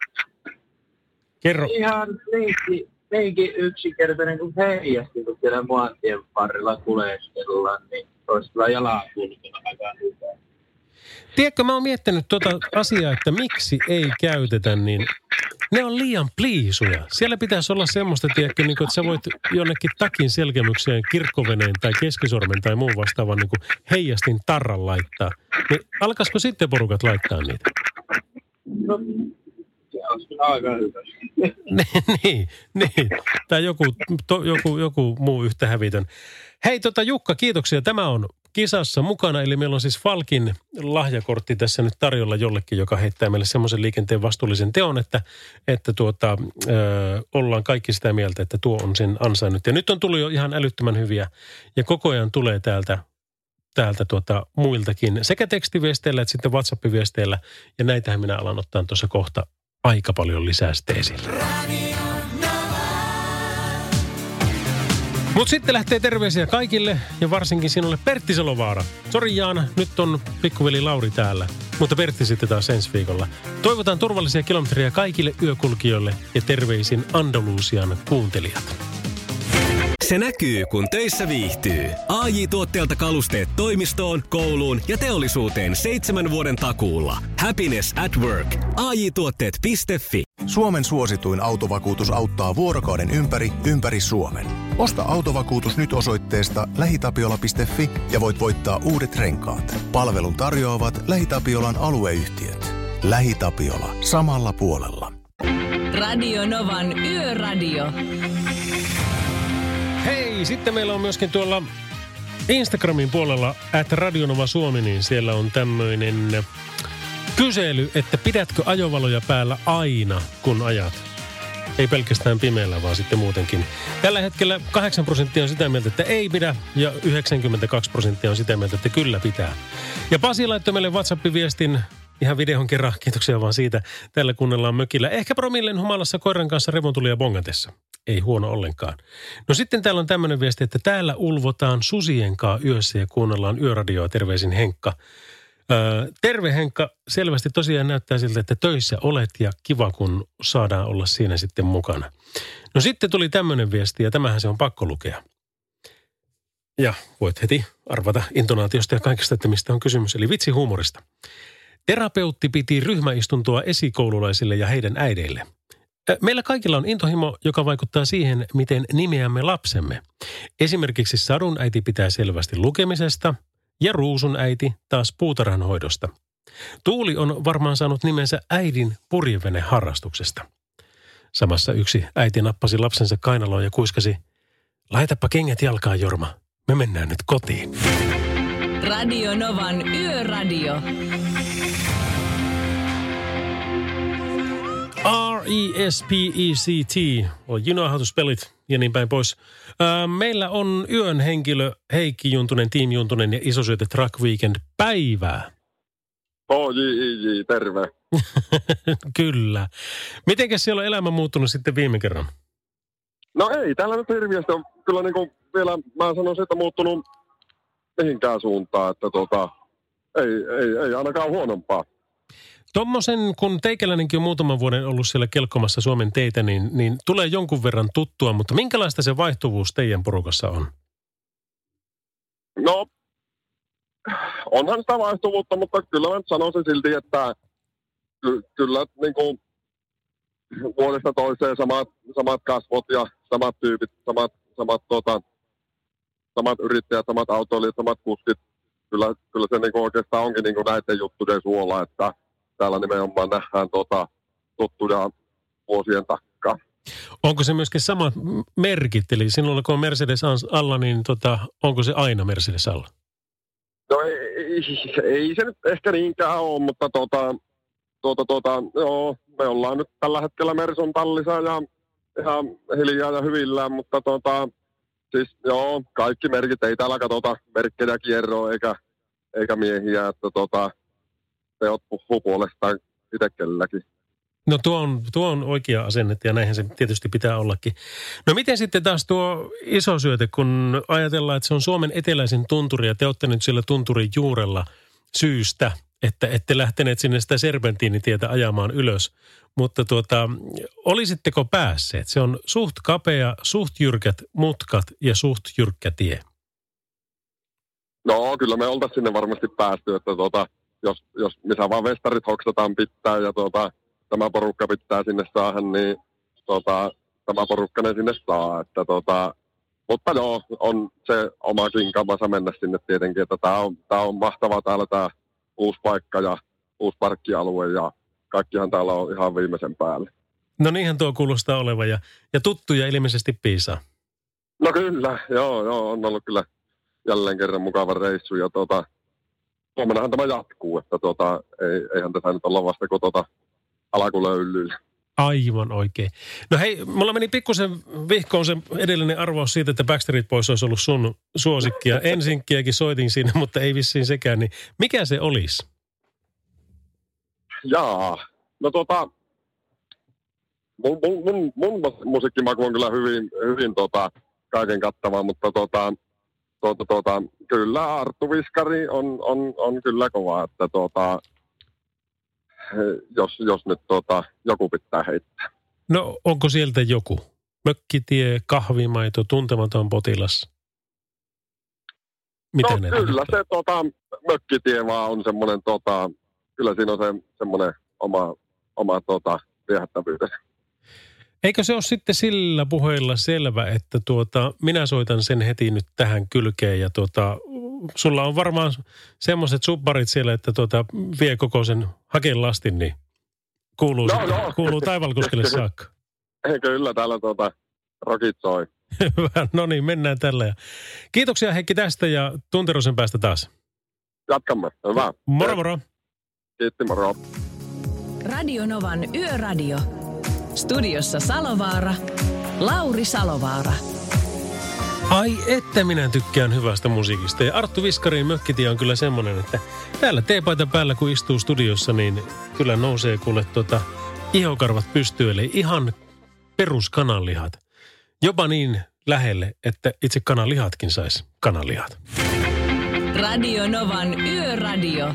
Kerro. Ihan niinkin, niinkin yksinkertainen kuin heijasti, kun siellä maantien varrella kuleskellaan, niin olisi kyllä jalan kulkena aika hyvä. Tiedätkö, mä oon miettinyt tuota asiaa, että miksi ei käytetä, niin ne on liian pliisuja. Siellä pitäisi olla semmoista, tiedätkö, niin kuin, että sä voit jonnekin takin selkemykseen kirkkoveneen tai keskisormen tai muun vastaavan niin kuin heijastin tarran laittaa. Niin alkaisiko sitten porukat laittaa niitä? No, se olisi kyllä aika hyvä. niin, niin. Tai joku, to, joku, joku muu yhtä hävitön. Hei tota Jukka, kiitoksia. Tämä on kisassa mukana, eli meillä on siis Falkin lahjakortti tässä nyt tarjolla jollekin, joka heittää meille semmoisen liikenteen vastuullisen teon, että, että tuota, ö, ollaan kaikki sitä mieltä, että tuo on sen ansainnut. Ja nyt on tullut jo ihan älyttömän hyviä ja koko ajan tulee täältä, täältä tuota, muiltakin sekä tekstiviesteillä että sitten WhatsApp-viesteillä ja näitähän minä alan ottaa tuossa kohta aika paljon lisää sitten esille. Mutta sitten lähtee terveisiä kaikille ja varsinkin sinulle Pertti Salovaara. Sori Jaana, nyt on pikkuveli Lauri täällä, mutta Pertti sitten taas ensi viikolla. Toivotaan turvallisia kilometrejä kaikille yökulkijoille ja terveisin Andalusian kuuntelijat. Se näkyy, kun töissä viihtyy. A J-tuotteelta kalusteet toimistoon, kouluun ja teollisuuteen seitsemän vuoden takuulla. Happiness at work. A J tuotteet piste fi. Suomen suosituin autovakuutus auttaa vuorokauden ympäri, ympäri Suomen. Osta autovakuutus nyt osoitteesta lähitapiola piste fi ja voit voittaa uudet renkaat. Palvelun tarjoavat LähiTapiolan alueyhtiöt. LähiTapiola. Samalla puolella. Radio Novan Yöradio. Hei, sitten meillä on myöskin tuolla Instagramin puolella at Radionova Suomi, niin siellä on tämmöinen kysely, että pidätkö ajovaloja päällä aina, kun ajat? Ei pelkästään pimeällä, vaan sitten muutenkin. Tällä hetkellä kahdeksan prosenttia on sitä mieltä, että ei pidä, ja yhdeksänkymmentäkaksi prosenttia on sitä mieltä, että kyllä pitää. Ja Pasi laittoi meille WhatsApp-viestin ihan videon kerran, kiitoksia vaan siitä. Tällä kuunnellaan mökillä. Ehkä promillen humalassa koiran kanssa revontulia bongatessa. Ei huono ollenkaan. No sitten täällä on tämmöinen viesti, että täällä ulvotaan susienkaa yössä ja kuunnellaan yöradioa. Terveisin Henkka. Öö, terve Henkka. Selvästi tosiaan näyttää siltä, että töissä olet ja kiva, kun saadaan olla siinä sitten mukana. No sitten tuli tämmöinen viesti ja tämähän se on pakko lukea. Ja voit heti arvata intonaatiosta ja kaikesta, että mistä on kysymys. Eli vitsihuumorista. Terapeutti piti ryhmäistuntoa esikoululaisille ja heidän äideille. Meillä kaikilla on intohimo, joka vaikuttaa siihen, miten nimeämme lapsemme. Esimerkiksi Sadun äiti pitää selvästi lukemisesta ja Ruusun äiti taas puutarhanhoidosta. Tuuli on varmaan saanut nimensä äidin purjeveneharrastuksesta. Samassa yksi äiti nappasi lapsensa kainaloon ja kuiskasi, laitapa kengät jalkaan, Jorma, me mennään nyt kotiin. Radio Novan Yöradio. R E S P E C T, well, you know how to spell it, ja niin päin pois. Ää, meillä on yön henkilö Heikki Juntunen, Team Juntunen ja Isosyöte Truck Weekend päivää. O J I J, terve. Kyllä. Mitenkäs siellä on elämä muuttunut sitten viime kerran? No ei, täällä nyt hirviästi on kyllä niin kuin vielä, mä sanoisin, että muuttunut mihinkään suuntaan, että tota, ei, ei, ei ainakaan huonompaa. Tommosen, kun teikäläinenkin on muutaman vuoden ollut siellä kelkkomassa Suomen teitä, niin, niin tulee jonkun verran tuttua, mutta minkälaista se vaihtuvuus teidän porukassa on? No, onhan sitä vaihtuvuutta, mutta kyllä mä sanoisin silti, että ky- kyllä niin kuin vuodesta toiseen samat, samat kasvot ja samat tyypit, samat, samat, tota, samat yrittäjät, samat autoilijat, samat kuskit. Kyllä, kyllä se niin kuin oikeastaan onkin niin kuin näiden juttujen suola, että täällä nimenomaan nähdään tota, tuttuja vuosien takkaa. Onko se myöskin samat merkit? Eli sinulla kun on Mercedes alla, niin tota, onko se aina Mercedes alla? No ei, ei, ei se nyt ehkä niinkään ole, mutta tota, tota, tota, joo, me ollaan nyt tällä hetkellä Merson tallissa ja ihan hiljaa ja hyvillään, mutta tota, siis joo, kaikki merkit, ei täällä katsota merkkejä kierroa eikä, eikä miehiä, että tota, teot puhuu puolestaan itse kelläkin. No tuo on, tuo on oikea asenne ja näinhän se tietysti pitää ollakin. No miten sitten taas tuo Isosyöte, kun ajatellaan, että se on Suomen eteläisin tunturi ja te olette nyt siellä tunturin juurella syystä, että ette lähteneet sinne sitä serpentiinitietä ajamaan ylös. Mutta tuota, olisitteko päässeet? Se on suht kapea, suht jyrkät mutkat ja suht jyrkkä tie. No kyllä me oltaisiin sinne varmasti päästy, että tota, jos, jos missä vaan vestarit hoksataan pitää ja tota, tämä porukka pitää sinne saada, niin tota, tämä porukka ne sinne saa. Että, tota, mutta joo, on se omakin kamassa mennä sinne tietenkin, että tämä on, tää on mahtavaa täällä tämä uusi paikka ja uusi parkkialue ja kaikkihan täällä on ihan viimeisen päälle. No niinhän tuo kuulostaa olevan ja, ja tuttuja ilmeisesti piisaa. No kyllä, joo, joo, on ollut kyllä jälleen kerran mukava reissu ja tota, huomennahan tämä jatkuu, että tota, ei, eihän tässä nyt olla vasta kuin tota alakulöylyillä. Aivan oikein. No hei, mulla meni pikkusen vihkoon se edellinen arvaus siitä, että Backstreet Boys olisi ollut sun suosikkia. Ensinkiäkin soitin siinä, mutta ei vissiin sekään. Niin mikä se olisi? Jaa, no tota, mun, mun, mun, mun musiikkimaku on kyllä hyvin, hyvin tota, kaiken kattava, mutta tota, tota, tota, kyllä Arttu Viskari on, on, on kyllä kova, että tota, jos, jos nyt tota, joku pitää heittää. No onko sieltä joku? Mökkitie, kahvimaito, tuntematon potilas? Mitä no kyllä se tota, Mökkitie vaan on semmoinen, tota, kyllä siinä on se, semmoinen oma, oma tota, viehättävyytensä. Eikö se ole sitten sillä puheella selvä, että tuota, minä soitan sen heti nyt tähän kylkeen ja tuota, sulla on varmaan semmoiset subbarit siellä, että tuota, vie koko sen hakelastin, niin kuuluu, no, no. kuuluu Taivalkoskelle saakka. Kyllä täällä tuota, rockit soi. Hyvä, no niin, mennään tällä. Ja kiitoksia Heikki tästä ja tunterosen päästä taas. Jatkamme, hyvä. Moro moro. Kiitti, moro. Radio Novan Yöradio. Studiossa Salovaara, Lauri Salovaara. Ai että minä tykkään hyvästä musiikista. Ja Arttu Viskarin Mökkitie on kyllä semmoinen, että täällä teepaita päällä kun istuu studiossa, niin kyllä nousee kuule tuota ihokarvat pystyy. Eli ihan peruskananlihat. Jopa niin lähelle, että itse kananlihatkin sais kananlihat. Radio Novan Yöradio.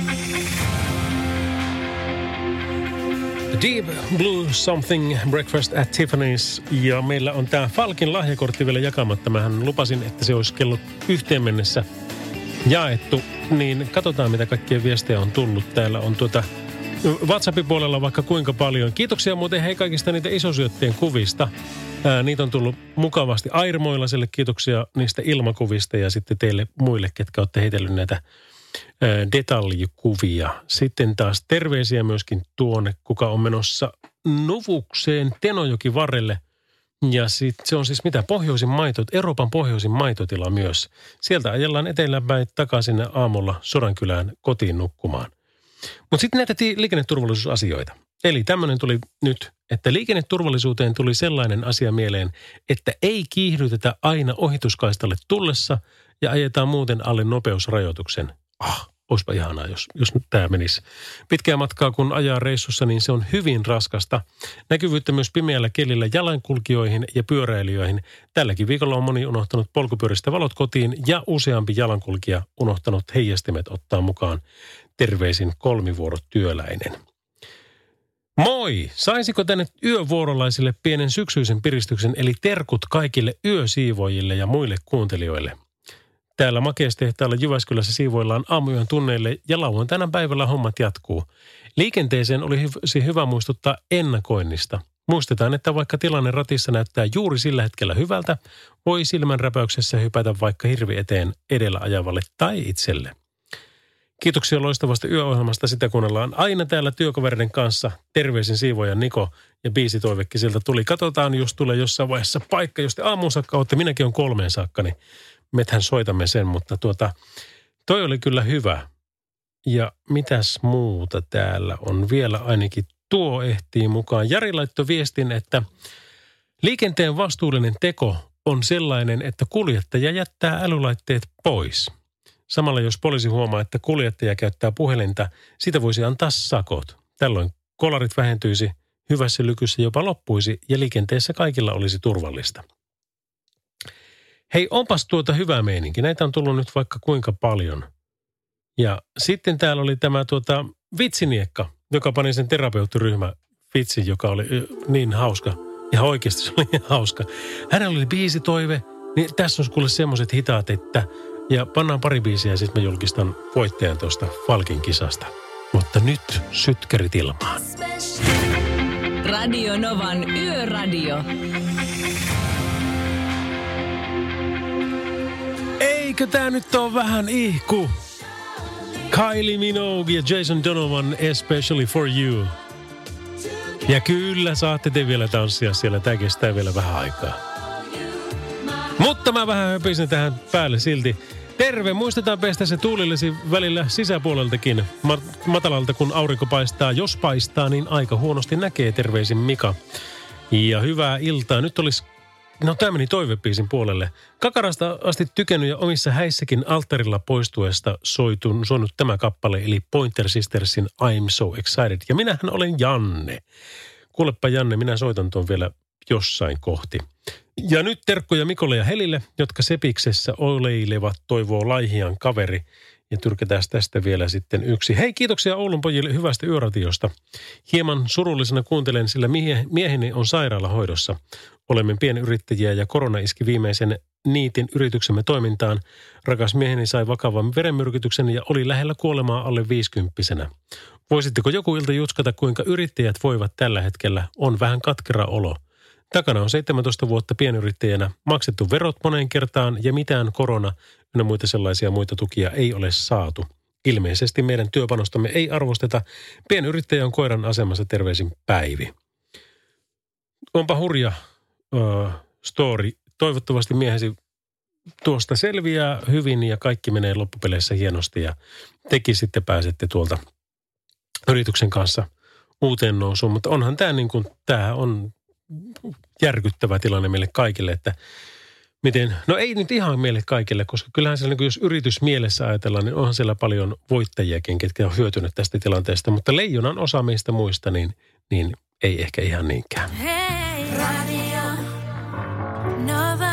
Deep Blue Something, Breakfast at Tiffany's. Ja meillä on tää Falkin lahjakortti vielä jakamatta. Mähän lupasin, että se olisi kello yhteen mennessä jaettu. Niin katsotaan, mitä kaikkia viestejä on tullut. Täällä on tuota WhatsAppin puolella vaikka kuinka paljon. Kiitoksia muuten hei kaikista niitä isosyöttien kuvista. Ää, niitä on tullut mukavasti Airmoilaselle. Kiitoksia niistä ilmakuvista ja sitten teille muille, ketkä olette heitellyt näitä ää, detaljikuvia. Sitten taas terveisiä myöskin tuonne, kuka on menossa Nuvukseen Tenojoki varrelle. Ja sit, se on siis mitä pohjoisin maito, Euroopan pohjoisin maitotila myös. Sieltä ajellaan eteläpäin takaisin aamulla Sodankylään kotiin nukkumaan. Mutta sitten näitä liikenneturvallisuusasioita. Eli tämmöinen tuli nyt, että liikenneturvallisuuteen tuli sellainen asia mieleen, että ei kiihdytetä aina ohituskaistalle tullessa ja ajetaan muuten alle nopeusrajoituksen. Ah, olisipa ihanaa, jos, jos nyt tämä menisi. Pitkää matkaa kun ajaa reissussa, niin se on hyvin raskasta. Näkyvyyttä myös pimeällä kelillä jalankulkijoihin ja pyöräilijöihin. Tälläkin viikolla on moni unohtanut polkupyöristä valot kotiin ja useampi jalankulkija unohtanut heijastimet ottaa mukaan. Terveisin kolmivuorotyöläinen. Moi! Saisiko tänne yövuorolaisille pienen syksyisen piristyksen, eli terkut kaikille yösiivoojille ja muille kuuntelijoille? Täällä Makeistehtaalla Jyväskylässä siivoillaan aamuyön tunneille ja lauantaina päivällä hommat jatkuu. Liikenteeseen olisi hyvä muistuttaa ennakoinnista. Muistetaan, että vaikka tilanne ratissa näyttää juuri sillä hetkellä hyvältä, voi silmänräpäyksessä hypätä vaikka hirvi eteen edellä ajavalle tai itselle. Kiitoksia loistavasta yöohjelmasta. Sitä kuunnellaan aina täällä työkavereiden kanssa. Terveisin siivoja Niko ja biisitoivekki sieltä tuli. Katsotaan, jos tulee jossain vaiheessa paikka. Jos te aamuun saakka olette, minäkin on kolmeen saakka, niin mehän soitamme sen. Mutta tuota, toi oli kyllä hyvä. Ja mitäs muuta täällä on vielä ainakin tuo ehtii mukaan. Jari laittoi viestin, että liikenteen vastuullinen teko on sellainen, että kuljettaja jättää älylaitteet pois. Samalla jos poliisi huomaa, että kuljettaja käyttää puhelinta, sitä voisi antaa sakot. Tällöin kolarit vähentyisi, hyvässä lykyssä jopa loppuisi ja liikenteessä kaikilla olisi turvallista. Hei, onpas tuota hyvää meininki. Näitä on tullut nyt vaikka kuinka paljon. Ja sitten täällä oli tämä tuota vitsiniekka, joka pani sen terapeuttiryhmä vitsin, joka oli niin hauska. Ja oikeasti se oli niin hauska. Hänellä oli biisitoive, niin tässä on kuule semmoiset hitaat, että ja pannaan pari biisiä ja sitten mä julkistan voittajan tuosta Falkin kisasta. Mutta nyt sytkärit ilmaan. Radio Novan Yöradio. Eikö tää nyt ole vähän ihku? Kylie Minogue ja Jason Donovan Especially for You. Ja kyllä saatte te vielä tanssia siellä. Tää kestää vielä vähän aikaa. Mutta mä vähän höpisin tähän päälle silti. Terve, muistetaan pestä se tuulillesi välillä sisäpuoleltakin. Matalalta kun aurinko paistaa, jos paistaa, niin aika huonosti näkee, terveisin Mika. Ja hyvää iltaa. Nyt olisi, no tämä meni toivepiisin puolelle. Kakarasta asti tykännyt ja omissa häissäkin alttarilla poistuesta soitun, soinut tämä kappale, eli Pointer Sistersin I'm So Excited. Ja minähän olen Janne. Kuulepa Janne, minä soitan tuon vielä jossain kohti. Ja nyt terkkoja Mikolle ja Helille, jotka Sepiksessä oleilevat, toivoo Laihian kaveri. Ja tyrkätään tästä vielä sitten yksi. Hei, kiitoksia Oulun pojille hyvästä yöratiosta. Hieman surullisena kuuntelen, sillä mie- mieheni on sairaalahoidossa. Olemme pienyrittäjiä ja korona iski viimeisen niitin yrityksemme toimintaan. Rakas mieheni sai vakavan verenmyrkytyksen ja oli lähellä kuolemaa alle viisikymppisenä. Voisitteko joku ilta jutskata, kuinka yrittäjät voivat tällä hetkellä? On vähän katkera olo. Takana on seitsemäntoista vuotta pienyrittäjänä, maksettu verot moneen kertaan ja mitään korona ja muita sellaisia muita tukia ei ole saatu. Ilmeisesti meidän työpanostamme ei arvosteta. Pienyrittäjä on koiran asemassa, terveisin Päivi. Onpa hurja uh, story. Toivottavasti miehesi tuosta selviää hyvin ja kaikki menee loppupeleissä hienosti ja tekin sitten pääsette tuolta yrityksen kanssa uuteen nousuun. Mutta onhan tämä niin kuin, tämä on järkyttävä tilanne meille kaikille, että miten, no ei nyt ihan meille kaikille, koska kyllähän siellä, niin jos yritys mielessä ajatellaan, niin onhan siellä paljon voittajiakin, ketkä on hyötynyt tästä tilanteesta, mutta leijonan osa meistä muista, niin, niin ei ehkä ihan niinkään. Hei, Radio Nova.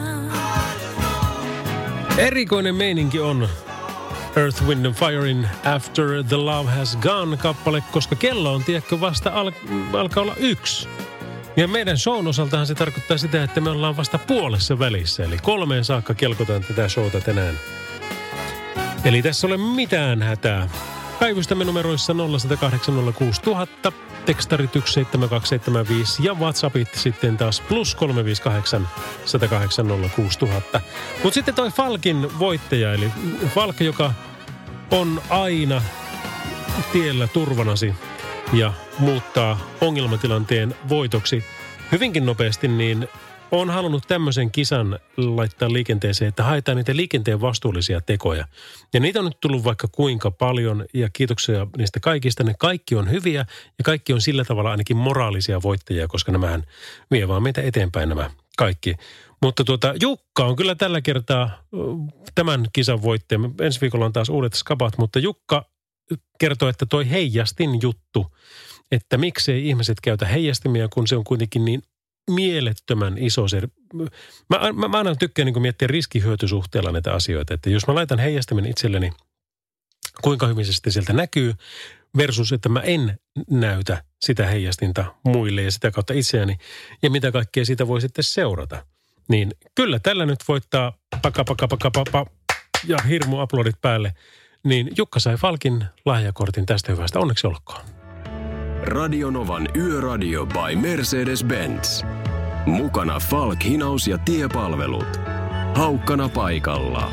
Erikoinen meininki on Earth, Wind and Firein After the Love Has Gone -kappale, koska kello on, tiedätkö, vasta al- alkaa olla yksi. Ja meidän shown osaltahan se tarkoittaa sitä, että me ollaan vasta puolessa välissä. Eli kolmeen saakka kelkotaan tätä showta tänään. Eli tässä ei ole mitään hätää. Kaivustamme numeroissa nolla yksi nolla kahdeksan nolla kuusi nolla nolla nolla, tekstarit yksi seitsemän kaksi seitsemän viisi ja WhatsAppit sitten taas plus kolme viisi kahdeksan yksi nolla kahdeksan nolla kuusi nolla nolla nolla. Mutta sitten toi Falkin voittaja, eli Falk, joka on aina tiellä turvanasi ja muuttaa ongelmatilanteen voitoksi hyvinkin nopeasti, niin on halunnut tämmöisen kisan laittaa liikenteeseen, että haetaan niitä liikenteen vastuullisia tekoja. Ja niitä on nyt tullut vaikka kuinka paljon ja kiitoksia niistä kaikista. Ne kaikki on hyviä ja kaikki on sillä tavalla ainakin moraalisia voittajia, koska nämähän vie vaan meitä eteenpäin nämä kaikki. Mutta tuota, Jukka on kyllä tällä kertaa tämän kisan voittaja. Ensi viikolla on taas uudet skabat, mutta Jukka kertoo, että toi heijastin juttu, että miksei ihmiset käytä heijastimia, kun se on kuitenkin niin mielettömän iso se. Mä, mä, mä aina tykkään niin kuin miettiä riskihyötysuhteella näitä asioita, että jos mä laitan heijastimen itselleni, kuinka hyvin se sitten sieltä näkyy, versus että mä en näytä sitä heijastinta muille ja sitä kautta itseäni, ja mitä kaikkea siitä voi sitten seurata. Niin kyllä tällä nyt voittaa paka, paka, paka, paka, ja hirmu aplodit päälle. Niin Jukka sai Falkin lahjakortin tästä hyvästä. Onneksi olkoon. Radio Novan Yöradio by Mercedes-Benz. Mukana Falk hinaus- ja tiepalvelut. Haukkana paikalla.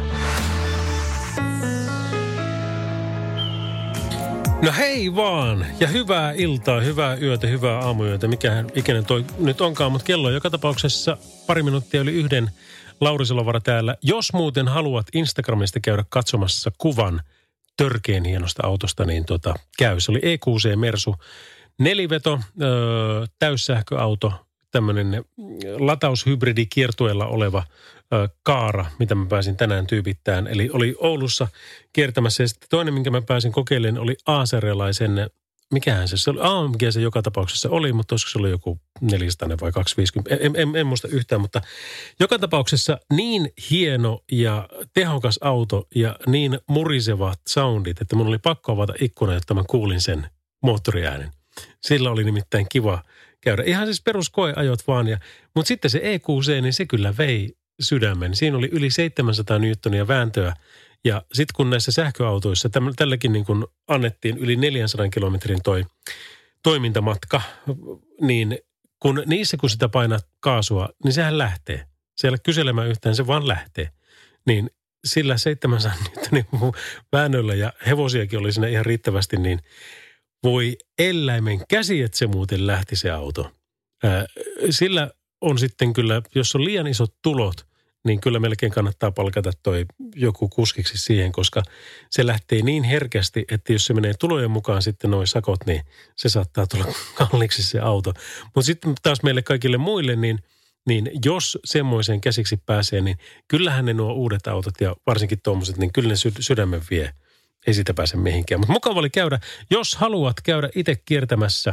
No hei vaan ja hyvää iltaa, hyvää yötä, hyvää aamuyötä. Mikähän ikinä toi nyt onkaan, mutta kello on joka tapauksessa pari minuuttia yli yhden. Lauri Salovara täällä. Jos muuten haluat Instagramista käydä katsomassa kuvan törkeen hienosta autosta, niin tota, käy. Se oli E Q C Mersu, neliveto, öö, täyssähköauto, tämmöinen lataushybridi kiertueella oleva öö, kaara, mitä mä pääsin tänään tyypittämään. Eli oli Oulussa kiertämässä ja sitten toinen, minkä mä pääsin kokeilemaan, oli aaserialaisen, mikähän se, se oli, A M G se joka tapauksessa oli, mutta olisiko se oli joku neljäsataa vai kaksisataaviisikymmentä, en, en, en muista yhtään, mutta joka tapauksessa niin hieno ja tehokas auto ja niin murisevat soundit, että mun oli pakko avata ikkuna, jotta mä kuulin sen moottoriäänen. Sillä oli nimittäin kiva käydä. Ihan siis peruskoeajot vaan, ja, mutta sitten se E Q C, niin se kyllä vei sydämen. Siinä oli yli seitsemänsataa newtonia vääntöä. Ja sitten kun näissä sähköautoissa, täm, tälläkin niin kun annettiin yli neljänsadan kilometrin toi toimintamatka, niin kun niissä kun sitä painat kaasua, niin sehän lähtee. Se ei ole kyselemään yhtään, se vaan lähtee. Niin sillä seitsemänsadan niin väännöllä ja hevosiakin oli siinä ihan riittävästi, niin voi eläimen käsi, että se muuten lähti se auto. Ää, sillä on sitten kyllä, jos on liian isot tulot, niin kyllä melkein kannattaa palkata toi joku kuskiksi siihen, koska se lähtee niin herkästi, että jos se menee tulojen mukaan sitten noi sakot, niin se saattaa tulla kalliiksi se auto. Mutta sitten taas meille kaikille muille, niin, niin jos semmoiseen käsiksi pääsee, niin kyllähän ne nuo uudet autot ja varsinkin tuommoiset, niin kyllä ne sydämen vie. Ei siitä pääse mihinkään. Mutta mukava oli käydä. Jos haluat käydä itse kiertämässä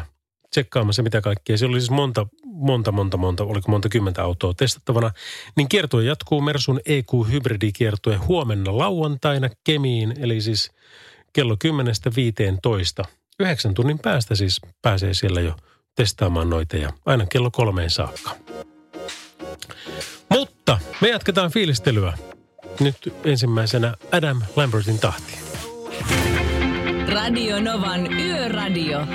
tsekkaamassa mitä kaikkea. Siellä oli siis monta, monta, monta, monta, oliko monta kymmentä autoa testattavana. Niin kiertue jatkuu Mersun E Q-hybridikiertue huomenna lauantaina Kemiin, eli siis kello kymmenestä viiteentoista. Yhdeksän tunnin päästä siis pääsee siellä jo testaamaan noita ja aina kello kolmeen saakka. Mutta me jatketaan fiilistelyä. Nyt ensimmäisenä Adam Lambertin tahti. Radio Novan Yöradio.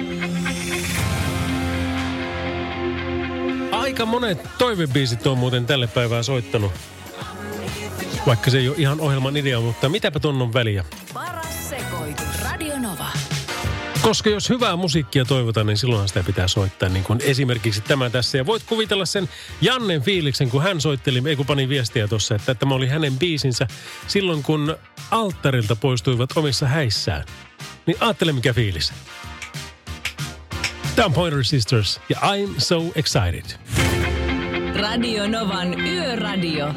Aika monet toivebiisit on muuten tälle päivään soittanut. Vaikka se ei ole ihan ohjelman idea, mutta mitäpä ton on väliä. Paras sekoitus. Radio Nova. Koska jos hyvää musiikkia toivotaan, niin silloinhan sitä pitää soittaa, niin kuin esimerkiksi tämä tässä. Ja voit kuvitella sen Jannen fiiliksen, kun hän soitteli, ei kun pani viestiä tuossa, että tämä oli hänen biisinsä silloin, kun alttarilta poistuivat omissa häissään. Niin aattele mikä fiilis. Tämä on Pointer Sisters ja I'm So Excited. Radio Novan Yöradio.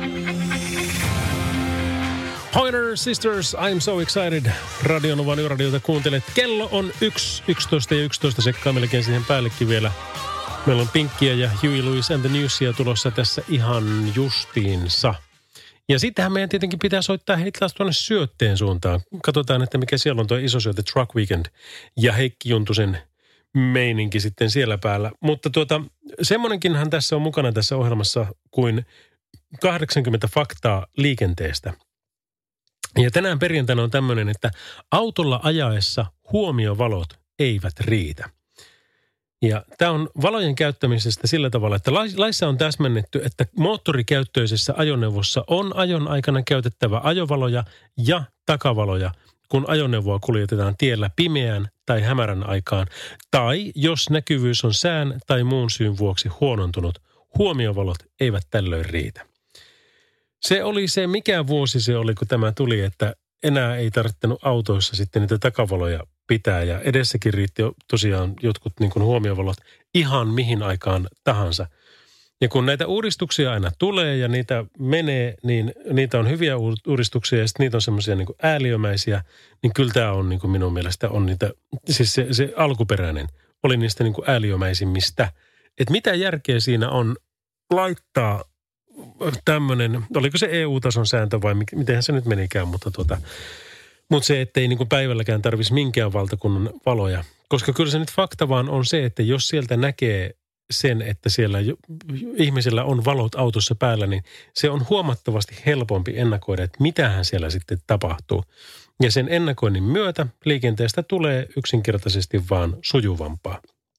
Pointer Sisters, I'm So Excited. Radio Novan Yöradiota kuuntelet. Kello on yksi, yksitoista ja yksitoista sekkaa melkein siihen päällekin vielä. Meillä on Pinkkiä ja Huey Lewis and the Newsia tulossa tässä ihan justiinsa. Ja sittenhän meidän tietenkin pitää soittaa heitä taas tuonne syötteen suuntaan. Katsotaan, että mikä siellä on tuo iso syöte Truck Weekend ja Heikki Juntusen meininki sitten siellä päällä. Mutta tuota, semmoinenkinhan tässä on mukana tässä ohjelmassa kuin kahdeksankymmentä faktaa liikenteestä. Ja tänään perjantaina on tämmöinen, että autolla ajaessa huomiovalot eivät riitä. Ja tämä on valojen käyttämisestä sillä tavalla, että laissa on täsmennetty, että moottorikäyttöisessä ajoneuvossa on ajon aikana käytettävä ajovaloja ja takavaloja, kun ajoneuvoa kuljetetaan tiellä pimeään tai hämärän aikaan, tai jos näkyvyys on sään tai muun syyn vuoksi huonontunut, huomiovalot eivät tällöin riitä. Se oli se, mikä vuosi se oli, kun tämä tuli, että enää ei tarvittanut autoissa sitten niitä takavaloja pitää. Ja edessäkin riitti tosiaan jotkut niin kuin huomiovalot ihan mihin aikaan tahansa. Ja kun näitä uudistuksia aina tulee ja niitä menee, niin niitä on hyviä uudistuksia ja sitten niitä on semmoisia niin kuin ääliömäisiä, niin kyllä tämä on niin kuin minun mielestä on niitä, siis se, se alkuperäinen oli niistä niin kuin ääliömäisimmistä. Että mitä järkeä siinä on laittaa tämmöinen, oliko se E U-tason sääntö vai mitenhän se nyt menikään, mutta tuota, mutta se, ettei niin kuin päivälläkään tarvitsisi minkään valtakunnan valoja. Koska kyllä se nyt fakta vaan on se, että jos sieltä näkee sen, että siellä ihmisillä on valot autossa päällä, niin se on huomattavasti helpompi ennakoida, että mitähän siellä sitten tapahtuu. Ja sen ennakoinnin myötä liikenteestä tulee yksinkertaisesti vaan sujuvampaa.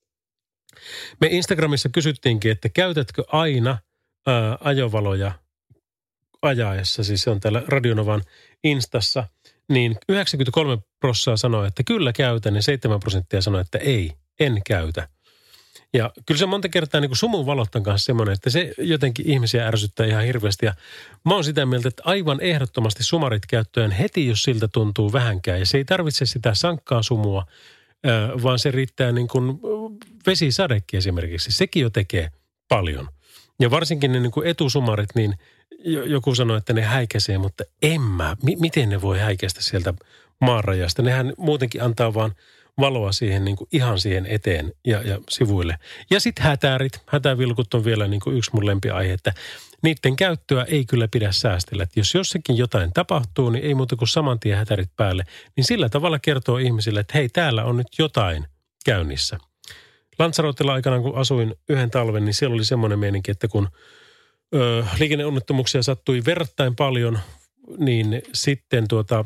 Me Instagramissa kysyttiinkin, että käytätkö aina ää, ajovaloja ajaessa, siis se on täällä Radio Novan Instassa, niin yhdeksänkymmentäkolme prosenttia sanoi, että kyllä käytän, ja seitsemän prosenttia sanoi, että ei, en käytä. Ja kyllä se monta kertaa niin kuin sumun valottan kanssa semmoinen, että se jotenkin ihmisiä ärsyttää ihan hirveästi. Ja mä oon sitä mieltä, että aivan ehdottomasti sumarit käyttöön heti, jos siltä tuntuu vähänkään. Ja se ei tarvitse sitä sankkaa sumua, vaan se riittää niin kuin vesisadekin esimerkiksi. Sekin jo tekee paljon. Ja varsinkin ne niin kuin etusumarit, niin joku sanoi, että ne häikäisee, mutta en mä. M- miten ne voi häikäistä sieltä maanrajasta? Nehän muutenkin antaa vaan valoa siihen niin kuin ihan siihen eteen ja, ja sivuille. Ja sitten hätärit. Hätävilkut on vielä niin kuin yksi mun lempiaihe, että niiden käyttöä ei kyllä pidä säästellä. Että jos jossakin jotain tapahtuu, niin ei muuta kuin saman tien hätärit päälle. Niin sillä tavalla kertoo ihmisille, että hei, täällä on nyt jotain käynnissä. Lanzarotella aikana, kun asuin yhden talven, niin siellä oli semmoinen meininki, että kun ö, liikenneonnettomuuksia sattui verrattain paljon, niin sitten tuota,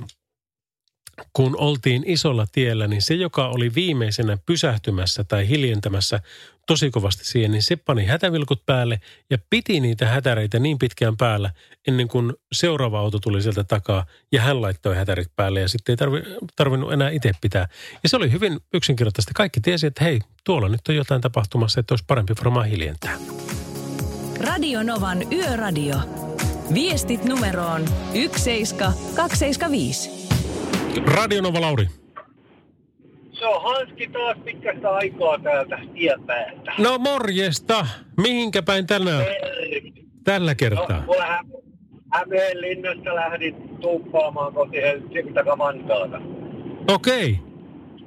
kun oltiin isolla tiellä, niin se, joka oli viimeisenä pysähtymässä tai hiljentämässä tosi kovasti siihen, niin se pani hätävilkut päälle ja piti niitä hätäreitä niin pitkään päällä, ennen kuin seuraava auto tuli sieltä takaa ja hän laittoi hätärit päälle ja sitten ei tarvi, tarvinnut enää itse pitää. Ja se oli hyvin yksinkertaisesti. Kaikki tiesi, että hei, tuolla nyt on jotain tapahtumassa, että olisi parempi varmaan hiljentää. Radio Novan Yöradio. Viestit numeroon yksi seitsemän kaksi seitsemän viisi. Radio Nova Lauri. Se on Hanski taas pitkästä aikaa täältä tiepäältä. No morjesta. Mihinkä päin tänään? Tällä kertaa? No, hä- Hämeenlinnasta lähdin tuuppaamaan kohti Helsingin Vantaata. Okei.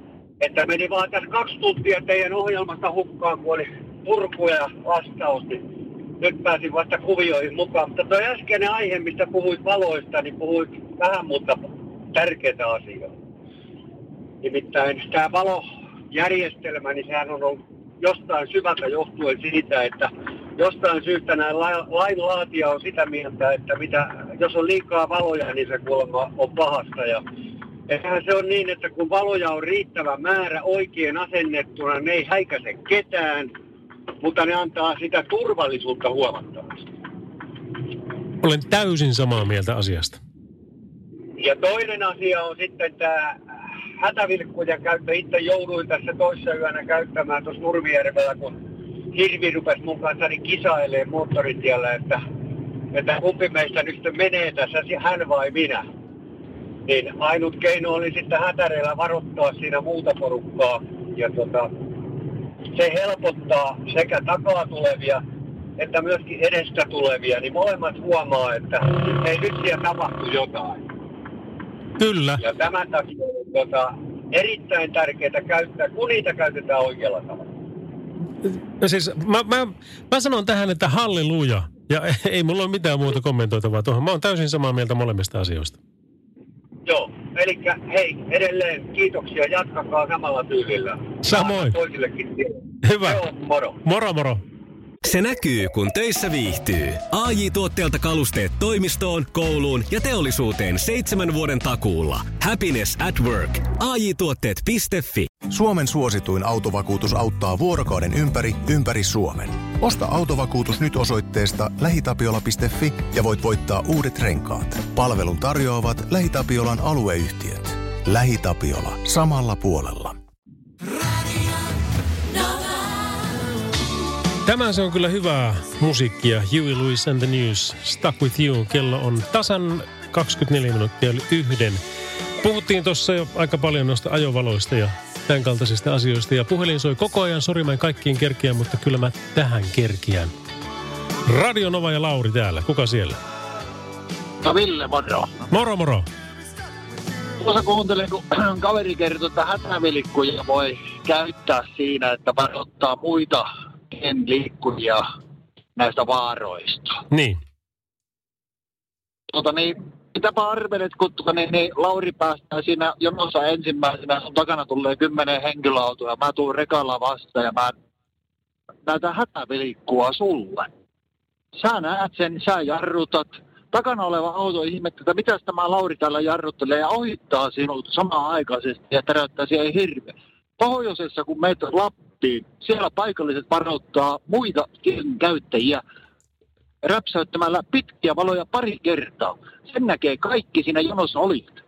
että meni vaan tässä kaksi tuntia teidän ohjelmasta hukkaan, kun oli purku ja vastaus, niin nyt pääsin vasta kuvioihin mukaan. Mutta tuo äskeinen aihe, mistä puhuit valoista, niin puhuit vähän muuta tärkeitä asioita. Nimittäin tämä valojärjestelmä, niin sehän on ollut jostain syvältä johtuen siitä, että jostain syystä nämä lainlaatija on sitä mieltä, että mitä, jos on liikaa valoja, niin se kuulemma on pahasta. Ja eihän se on niin, että kun valoja on riittävä määrä oikein asennettuna, ne ei häikäise ketään, mutta ne antaa sitä turvallisuutta huomattavasti. Olen täysin samaa mieltä asiasta. Ja toinen asia on sitten tämä hätävilkkujen käyttö. Itse jouduin tässä toissa yönä käyttämään tuossa Nurmijärvellä, kun hirvi rupesi mun kanssani kisailemaan moottoritiellä, että, että kumpi meistä nyt menee tässä, hän vai minä. Niin ainut keino oli sitten hätäreillä varoittaa siinä muuta porukkaa. Ja tota, se helpottaa sekä takaa tulevia että myöskin edestä tulevia, niin molemmat huomaa, että ei nyt siellä tapahtu jotain. Kyllä. Ja tämän takia on tota, erittäin tärkeää käyttää, kun niitä käytetään oikealla tavalla. No siis, mä, mä, mä sanon tähän, että halleluja. Ja ei mulla ole mitään muuta kommentoitavaa tuohon. Mä oon täysin samaa mieltä molemmista asioista. Joo, eli hei, edelleen kiitoksia, jatkakaa samalla tyylillä. Samoin. Toisillekin. Hyvä. Joo, moro. Moro, moro. Se näkyy, kun töissä viihtyy. A J-tuotteelta kalusteet toimistoon, kouluun ja teollisuuteen seitsemän vuoden takuulla. Happiness at work. A J tuotteet piste fi. Suomen suosituin autovakuutus auttaa vuorokauden ympäri, ympäri Suomen. Osta autovakuutus nyt osoitteesta lähitapiola piste fi ja voit voittaa uudet renkaat. Palvelun tarjoavat LähiTapiolan alueyhtiöt. LähiTapiola. Samalla puolella. Tämä se on kyllä hyvää musiikkia. Huey Lewis and the News, Stuck with You. Kello on tasan kaksikymmentäneljä minuuttia eli yhden. Puhuttiin tuossa jo aika paljon noista ajovaloista ja tämän kaltaisista asioista. Ja puhelin soi koko ajan, sori mä en kaikkiin kerkiä, mutta kyllä mä tähän kerkiän. Radio Nova ja Lauri täällä. Kuka siellä? No Ville, moro. Moro, moro. Tuossa kuuntelin, kun kaveri kertoi, että hätävilkkuja voi käyttää siinä, että varoittaa muita liikkujia näistä vaaroista. Niin. Tota niin, mitäpä arvelet, kun tuota, niin, niin, Lauri päästää siinä jonossa ensimmäisenä, sun takana tulee kymmenen henkilöautoa ja mä tuun rekalla vastaan ja mä näytän hätävilkkua sulle. Sä näet sen, sä jarrutat. Takana oleva auto ihmettä, että mitäs tämä Lauri täällä jarruttelee ja ohittaa sinut samaan aikaisesti ja täräyttää siihen hirveä. Pohjoisessa, kun meitä Lappiin, siellä paikalliset varoittaa muita tien käyttäjiä räpsäyttämällä pitkiä valoja pari kertaa. Sen näkee kaikki siinä jonossa olit.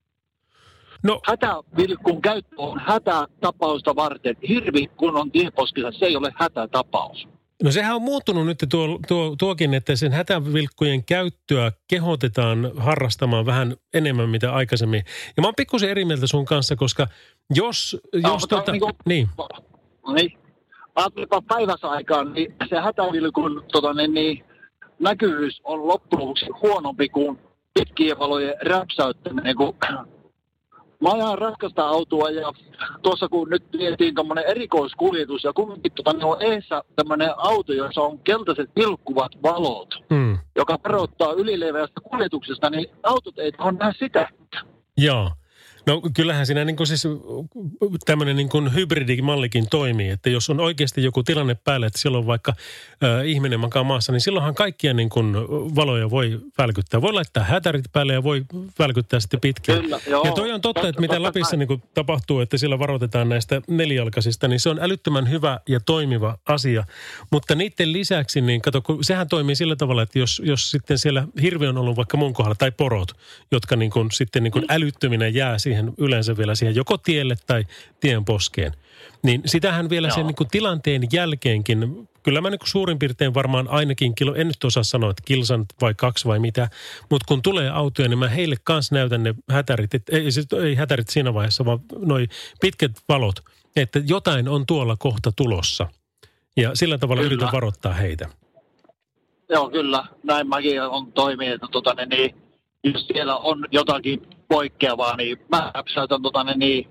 No. Hätävilkkun käyttö on hätätapausta varten. Hirvi, kun on tieposkissa, se ei ole hätätapaus. No sehän on muuttunut nyt tuo, tuo, tuokin, että sen hätävilkkujen käyttöä kehotetaan harrastamaan vähän enemmän mitä aikaisemmin. Ja mä oon pikkusen eri mieltä sun kanssa, koska jos... No, jos tota, niin, kuin, niin. niin. Ajattelinpa päiväsaikaan, niin se hätävilkun tota, niin, niin, näkyvyys on loppujen lopuksi huonompi kuin pitkien valojen räpsäyttäminen, kun mä ajan raskasta autoa ja tuossa kun nyt vietiin tommonen erikoiskuljetus ja kumminkin tota, niin on eessä tämmönen auto, jossa on keltaiset vilkkuvat valot, mm. joka varoittaa ylileveästä kuljetuksesta, niin autot ei tahdo nähdä sitä. Joo. No kyllähän siinä niin kuin siis tämmöinen niin kuin hybridimallikin toimii, että jos on oikeasti joku tilanne päällä, että siellä on vaikka äh, ihminen makaa maassa, niin silloinhan kaikkia niin kuin valoja voi välkyttää. Voi laittaa hätärit päälle ja voi välkyttää sitten pitkään. Kyllä, joo. Ja toi on totta, että mitä Lapissa niin kuin tapahtuu, että siellä varoitetaan näistä nelijalkaisista, niin se on älyttömän hyvä ja toimiva asia. Mutta niiden lisäksi, niin kato, kun sehän toimii sillä tavalla, että jos, jos sitten siellä hirvi on ollut vaikka mun kohdalla tai porot, jotka niin kuin sitten niin kuin älyttöminä jää siihen yleensä vielä siihen joko tielle tai tien poskeen. Niin sitähän vielä Joo. sen niin kuin tilanteen jälkeenkin, kyllä mä niin kuin suurin piirtein varmaan ainakin kilo, en nyt osaa sanoa, että kilsan vai kaksi vai mitä, mutta kun tulee autoja, niin mä heille kanssa näytän ne hätärit, et, ei, ei hätärit siinä vaiheessa, vaan noi pitkät valot, että jotain on tuolla kohta tulossa. Ja sillä tavalla kyllä. Yritän varoittaa heitä. Joo, kyllä. Näin mäkin on toimii, että tota, niin, jos siellä on jotakin poikkeavaa, niin mä räpsäytän tota, niin,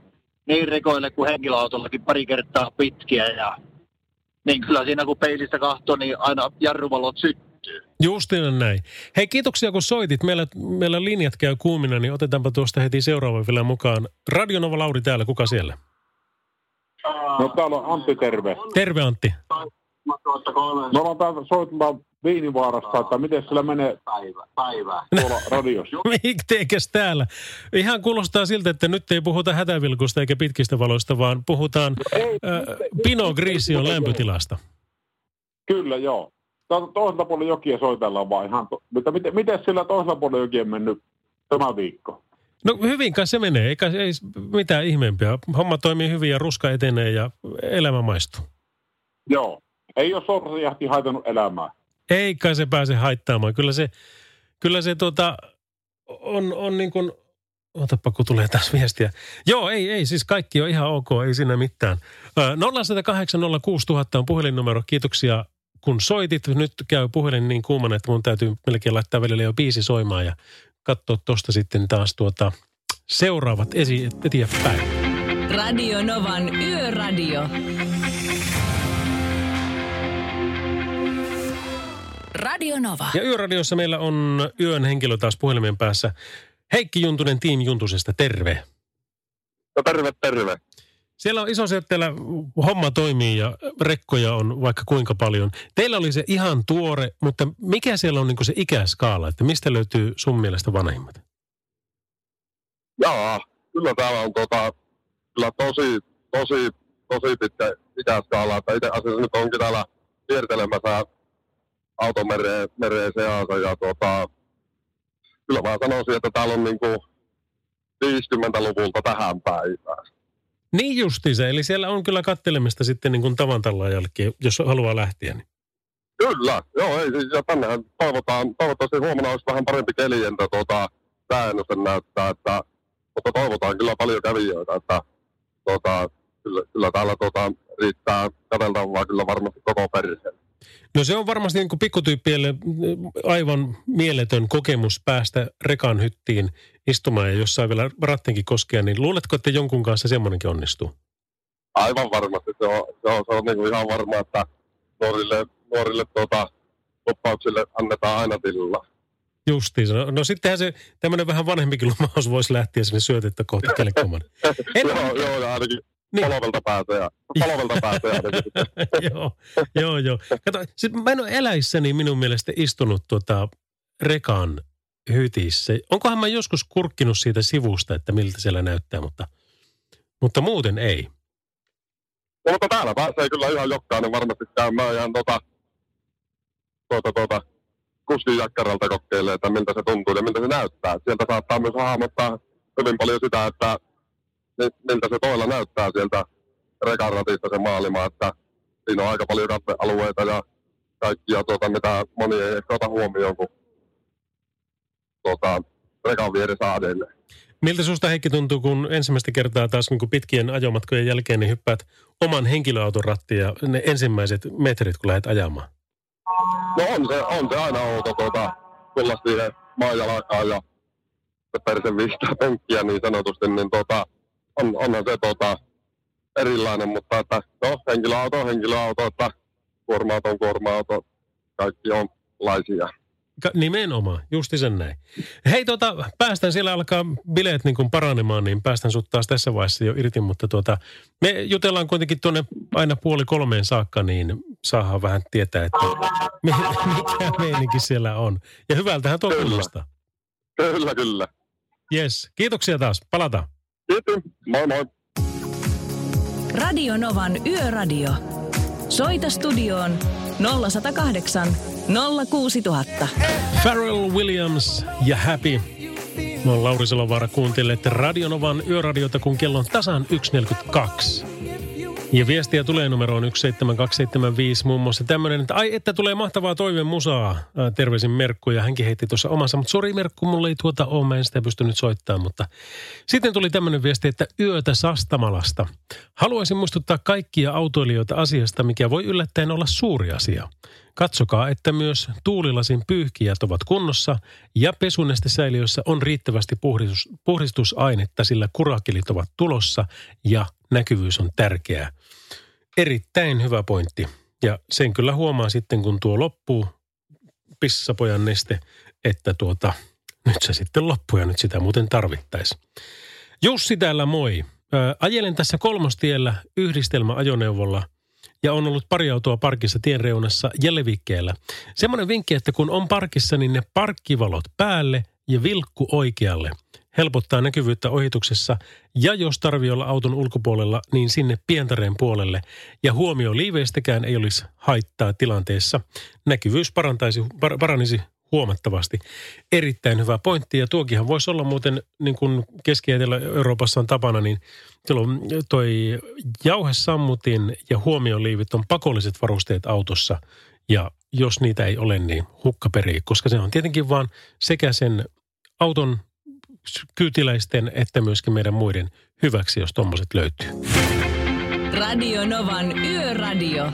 niin rekoille kuin henkilöautollakin pari kertaa pitkiä ja niin kyllä siinä kun peilistä katsoo, niin aina jarruvalot syttyy. Justiin näin. Hei, kiitoksia kun soitit. Meillä, meillä linjat käy kuumina, niin otetaanpa tuosta heti seuraava vielä mukaan. Radio Nova Lauri täällä, kuka siellä? No täällä on Antti, terve. Terve Antti. Me ollaan täällä soittamaan Viinivaarasta, että miten sillä menee päivä, päivä. tuolla radiossa. Mikteikäs täällä? Ihan kuulostaa siltä, että nyt ei puhuta hätävilkusta eikä pitkistä valoista, vaan puhutaan no ei, äh, Pinot Grigion lämpötilasta. Kyllä, joo. Toisella puolella jokia soitellaan vaan ihan. To- mutta miten, miten sillä toisella puolella jokia on mennyt tämä viikko? No hyvin kai se menee, eikä ei mitään ihmeempiä. Homma toimii hyvin ja ruska etenee ja elämä maistuu. Joo, ei ole sorsanjahti haitannut elämää. Ei kai se pääse haittaamaan. Kyllä se, kyllä se tota, on, on niin kuin, otapa kun tulee taas viestiä. Joo, ei, ei, siis kaikki on ihan ok, ei siinä mitään. nolla yksi nolla kahdeksan nolla kuusi nolla nolla nolla on puhelinnumero, kiitoksia kun soitit. Nyt käy puhelin niin kuumana, että mun täytyy melkein laittaa välillä jo biisi soimaan ja katsoa tuosta sitten taas tuota seuraavat esi- eteenpäin. Radio Novan Yöradio. Radio Nova. Ja Yöradiossa meillä on yön henkilö taas puhelimen päässä. Heikki Juntunen Team Juntusesta, terve. No terve, terve. Siellä on iso settelä, homma toimii ja rekkoja on vaikka kuinka paljon. Teillä oli se ihan tuore, mutta mikä siellä on niin kuin se ikäskaala, että mistä löytyy sun mielestä vanhimmat? Jaa, kyllä täällä on tota, kyllä tosi, tosi, tosi pitkä ikäskaala, että itse asiassa nyt onkin täällä kiertelemässä automereen mereen seansa ja tota, kyllä mä sanoisin, että täällä on niinku viisikymmentäluvulta tähän päivään. Niin justiinsa, eli siellä on kyllä kattelemista sitten niin kuin tavantallaan jälkeen, jos haluaa lähteä. Niin. Kyllä, joo, ei siis, ja tännehän toivotaan, toivottavasti huomenna olisi vähän parempi keli, entä tuota, sääennuste näyttää, että, mutta toivotaan kyllä paljon kävijöitä, että tuota, kyllä, kyllä täällä tuota, riittää katseltavaa kyllä varmasti koko perheen. No se on varmasti niin kuin pikkutyyppielle aivan mieletön kokemus päästä rekan hyttiin istumaan ja jossain vielä rattenkin koskea, niin luuletko, että jonkun kanssa semmoinenkin onnistuu? Aivan varmasti. Se on, se on, se on niin kuin ihan varma, että nuorille, nuorille tuota, loppauksille annetaan aina tilalla. Justiinsa. No, no sittenhän se tämmöinen vähän vanhempikin lumaus voisi lähteä sinne syötettä kohti kelekkoman. joo, joo, ja ainakin niin. Palovelta pääsee. Palovelta pääsee ainakin. joo, joo, joo. Kato, siis mä en ole eläissäni minun mielestä istunut tuota rekan hytissä. Onkohan mä joskus kurkkinut siitä sivusta, että miltä siellä näyttää, mutta, mutta muuten ei. No, mutta täällä pääsee kyllä ihan jokainen varmasti käymään ihan tuota, tuota, tuota kuskin jakkaralta kokeilee, että miltä se tuntuu ja miltä se näyttää. Sieltä saattaa myös hahmottaa hyvin paljon sitä, että miltä se toilla näyttää sieltä rekan ratista se maailma, että siinä on aika paljon katvealueita ja kaikkia tuota, mitä moni ei ehkä ota huomioon, kun tuota, rekan vieressä adelleen. Miltä susta, Heikki, tuntuu, kun ensimmäistä kertaa taas niin kuin pitkien ajomatkojen jälkeen niin hyppäät oman henkilöauton rattiin ja ne ensimmäiset metrit, kun lähdet ajamaan? No on se, on se aina outo tuota, tulla siihen maanjalakaan ja persen viistää penkkiä niin sanotusti, niin tuota, on, onhan se tuota, erilainen, mutta että no, henkilöauto on henkilöauto, että kuorma-auto on kuorma-auto, kaikki on laisia. Nimenomaan, justi sen näin. Hei, tota, päästään, siellä alkaa bileet niin kuin paranemaan, niin päästään sut taas tässä vaiheessa jo irti, mutta tuota, me jutellaan kuitenkin tuonne aina puoli kolmeen saakka, niin saadaan vähän tietää, että mikä meininki siellä on. Ja hyvältähän tuo kuulostaa. Kyllä, kyllä. Jes, kiitoksia taas, palataan. Kiitos, moi moi. Radio Novan Yöradio. Soita studioon nolla yksi nolla kahdeksan nolla kuusi nolla nolla nolla. Pharrell Williams ja Happy. Mä oon Lauri Salovaara, kuuntelet Radio Novan Yöradiota, kun kello on tasan yksi neljäkymmentäkaksi. Ja viestiä tulee numeroon yksi seitsemän kaksi seitsemän viisi muun muassa tämmöinen, että ai että tulee mahtavaa toivemusaa. Ää, terveisin Merkku ja hänkin heitti tuossa omassa, mutta sori Merkku, mulla ei tuota ole, mä en sitä pystynyt soittamaan. Mutta sitten tuli tämmöinen viesti, että yötä Sastamalasta. Haluaisin muistuttaa kaikkia autoilijoita asiasta, mikä voi yllättäen olla suuri asia. Katsokaa, että myös tuulilasin pyyhkijät ovat kunnossa ja pesunestesäiliöissä on riittävästi puhdistus, puhdistusainetta, sillä kurakelit ovat tulossa ja näkyvyys on tärkeää. Erittäin hyvä pointti. Ja sen kyllä huomaa sitten, kun tuo loppuu pissapojan neste, että tuota, nyt se sitten loppuu ja nyt sitä muuten tarvittaisiin. Jussi täällä moi. Ää, ajelen tässä Kolmostiellä yhdistelmäajoneuvolla ja on ollut pari autoa parkissa tien reunassa ja levikkeellä. Semmoinen vinkki, että kun on parkissa, niin ne parkkivalot päälle ja vilkku oikealle. Helpottaa näkyvyyttä ohituksessa ja jos tarvii olla auton ulkopuolella, niin sinne pientareen puolelle. Ja huomio liiveistäkään ei olisi haittaa tilanteessa. Näkyvyys parantaisi, par, paranisi huomattavasti. Erittäin hyvä pointti ja tuokinhan voisi olla muuten niin kuin Keski- ja Etelä-Euroopassa on tapana, niin silloin toi jauhesammutin ja huomioliivit on pakolliset varusteet autossa ja jos niitä ei ole, niin hukka perii, koska se on tietenkin vaan sekä sen auton kyytiläisten että myöskin meidän muiden hyväksi, jos tommoset löytyy. Radio Novan Yöradio.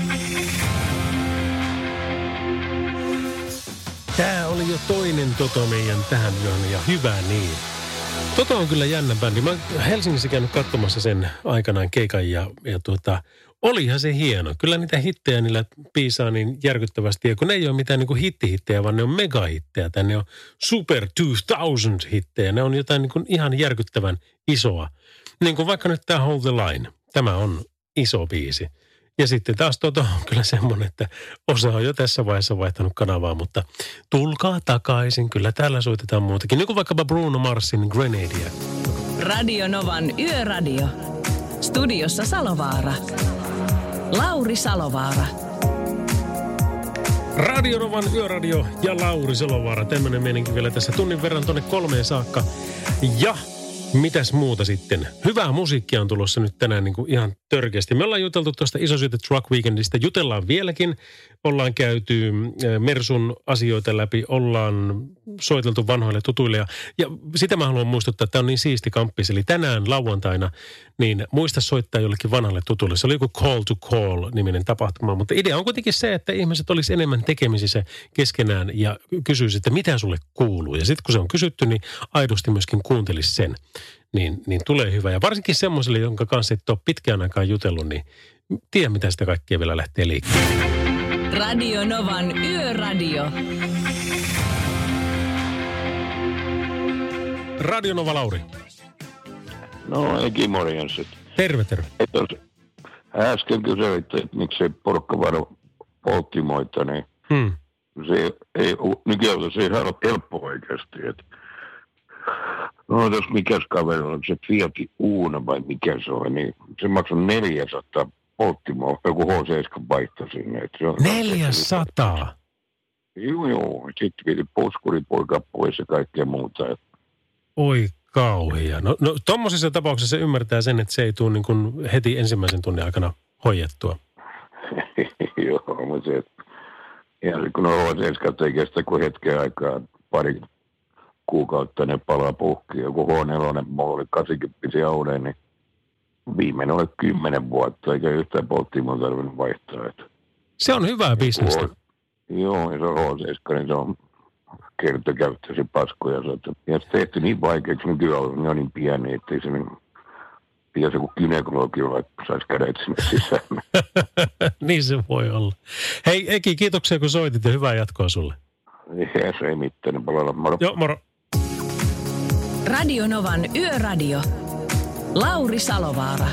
Tää oli jo toinen Toto meidän tähän yön ja hyvä niin. Toto on kyllä jännä bändi. Mä Helsingissä käynyt katsomassa sen aikanaan keikan ja, ja tuota, olihan se hieno. Kyllä niitä hittejä niillä piisaa niin järkyttävästi. Ja kun ne ei ole mitään niin kuin hittihittejä, vaan ne on megahittejä. Tai ne on super kaksituhatta hittejä. Ne on jotain niin kuin ihan järkyttävän isoa. Niin kuin vaikka nyt tämä Hold the Line. Tämä on iso biisi. Ja sitten taas Toto on kyllä semmoinen, että osa on jo tässä vaiheessa vaihtanut kanavaa, mutta tulkaa takaisin. Kyllä täällä soitetaan muutakin. Niin kuin vaikkapa Bruno Marsin Grenadier. Radio Novan Yöradio. Studiossa Salovaara. Lauri Salovaara. Radio Novan Yöradio ja Lauri Salovaara. Tämmöinen meininki vielä tässä tunnin verran tonne kolmeen saakka. Ja mitäs muuta sitten? Hyvää musiikkia on tulossa nyt tänään niin kuin ihan törkeästi. Me ollaan juteltu tuosta Isosyöte Truck Weekendistä. Jutellaan vieläkin. Ollaan käyty Mersun asioita läpi. Ollaan soiteltu vanhoille tutuille. Ja, ja sitä mä haluan muistuttaa, että tämä on niin siisti kamppis. Eli tänään lauantaina, niin muista soittaa jollekin vanhalle tutulle. Se oli joku Call to Call-niminen tapahtuma. Mutta idea on kuitenkin se, että ihmiset olisi enemmän tekemisissä keskenään ja kysyisi, että mitä sulle kuuluu. Ja sitten kun se on kysytty, niin aidosti myöskin kuuntelisi sen. Niin, niin tulee hyvä. Ja varsinkin semmoiselle, jonka kanssa et ole pitkään aikaan jutellut, niin tiedä, mitä sitä kaikkea vielä lähtee liikkeelle. Radio Novan Yöradio. Radio Nova Lauri. No, Eki morjens. Terve, terve. Äsken kysyit, että miksei porkkavaro polttimoita, niin hmm. se ei, nykyään se ei saa helppo oikeasti. Että no, jos mikäs kaveri on, se Fiat Uno vai mikä se on, niin se maksoi neljäsataa polttimoa, joku H seitsemän vaihto sinne. neljäsataa? Joo, joo. Sitten vietiin puskuripoika pois ja kaikkea muuta. Oi kauhia. No, no tommosissa tapauksissa ymmärtää sen, että se ei tule niin kuin heti ensimmäisen tunnin aikana hoidettua. Joo, mutta se, ja kun on H seitsemän ei kestä kuin hetken aikaa, pari kuukautta ne palaa puhki. Joku H neljä, mulla oli kahdeksankymmentä Audi, niin viimeinen oli kymmenen vuotta, eikä yhtään polttimoa tarvinnut vaihtaa. Että se on hyvää bisnestä. Joo, ja se on H seitsemän, niin se on kertokäyttöisiä paskoja. Ja se tehty niin vaikeaksi, nykyään on niin pieni, ettei se niin pitäisi joku gynekologilla, että saisi kädet sinne sisään. Niin se voi olla. Hei Eki, kiitoksia kun soitit ja hyvää jatkoa sulle. Ei, se ei mitään, niin palalla. Moro. Joo, moro. Radio Novan Yöradio. Lauri Salovaara.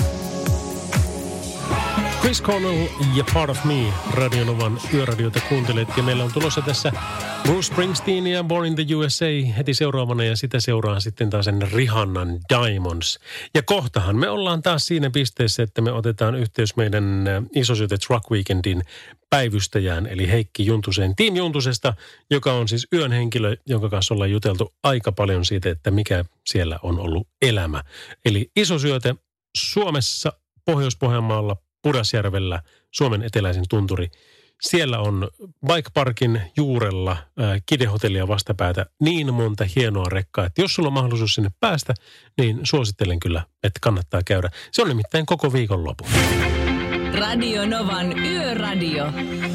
Chris Cornell ja Part of Me Radio Novan Yöradiota kuuntelet. Ja meillä on tulossa tässä Bruce Springsteen ja Born in the U S A heti seuraavana. Ja sitä seuraa sitten taas sen Rihannan Diamonds. Ja kohtahan me ollaan taas siinä pisteessä, että me otetaan yhteys meidän Isosyöte Truck Weekendin päivystäjään, eli Heikki Juntuseen, Team Juntusesta, joka on siis yön henkilö, jonka kanssa ollaan juteltu aika paljon siitä, että mikä siellä on ollut elämä. Eli Isosyöte Suomessa Pohjois-Pohjanmaalla, Pudasjärvellä, Suomen eteläisin tunturi. Siellä on Bike Parkin juurella äh, Kide-hotellia vastapäätä niin monta hienoa rekkaa, että jos sulla on mahdollisuus sinne päästä, niin suosittelen kyllä, että kannattaa käydä. Se on nimittäin koko viikonloppu. Radio Novan Yöradio.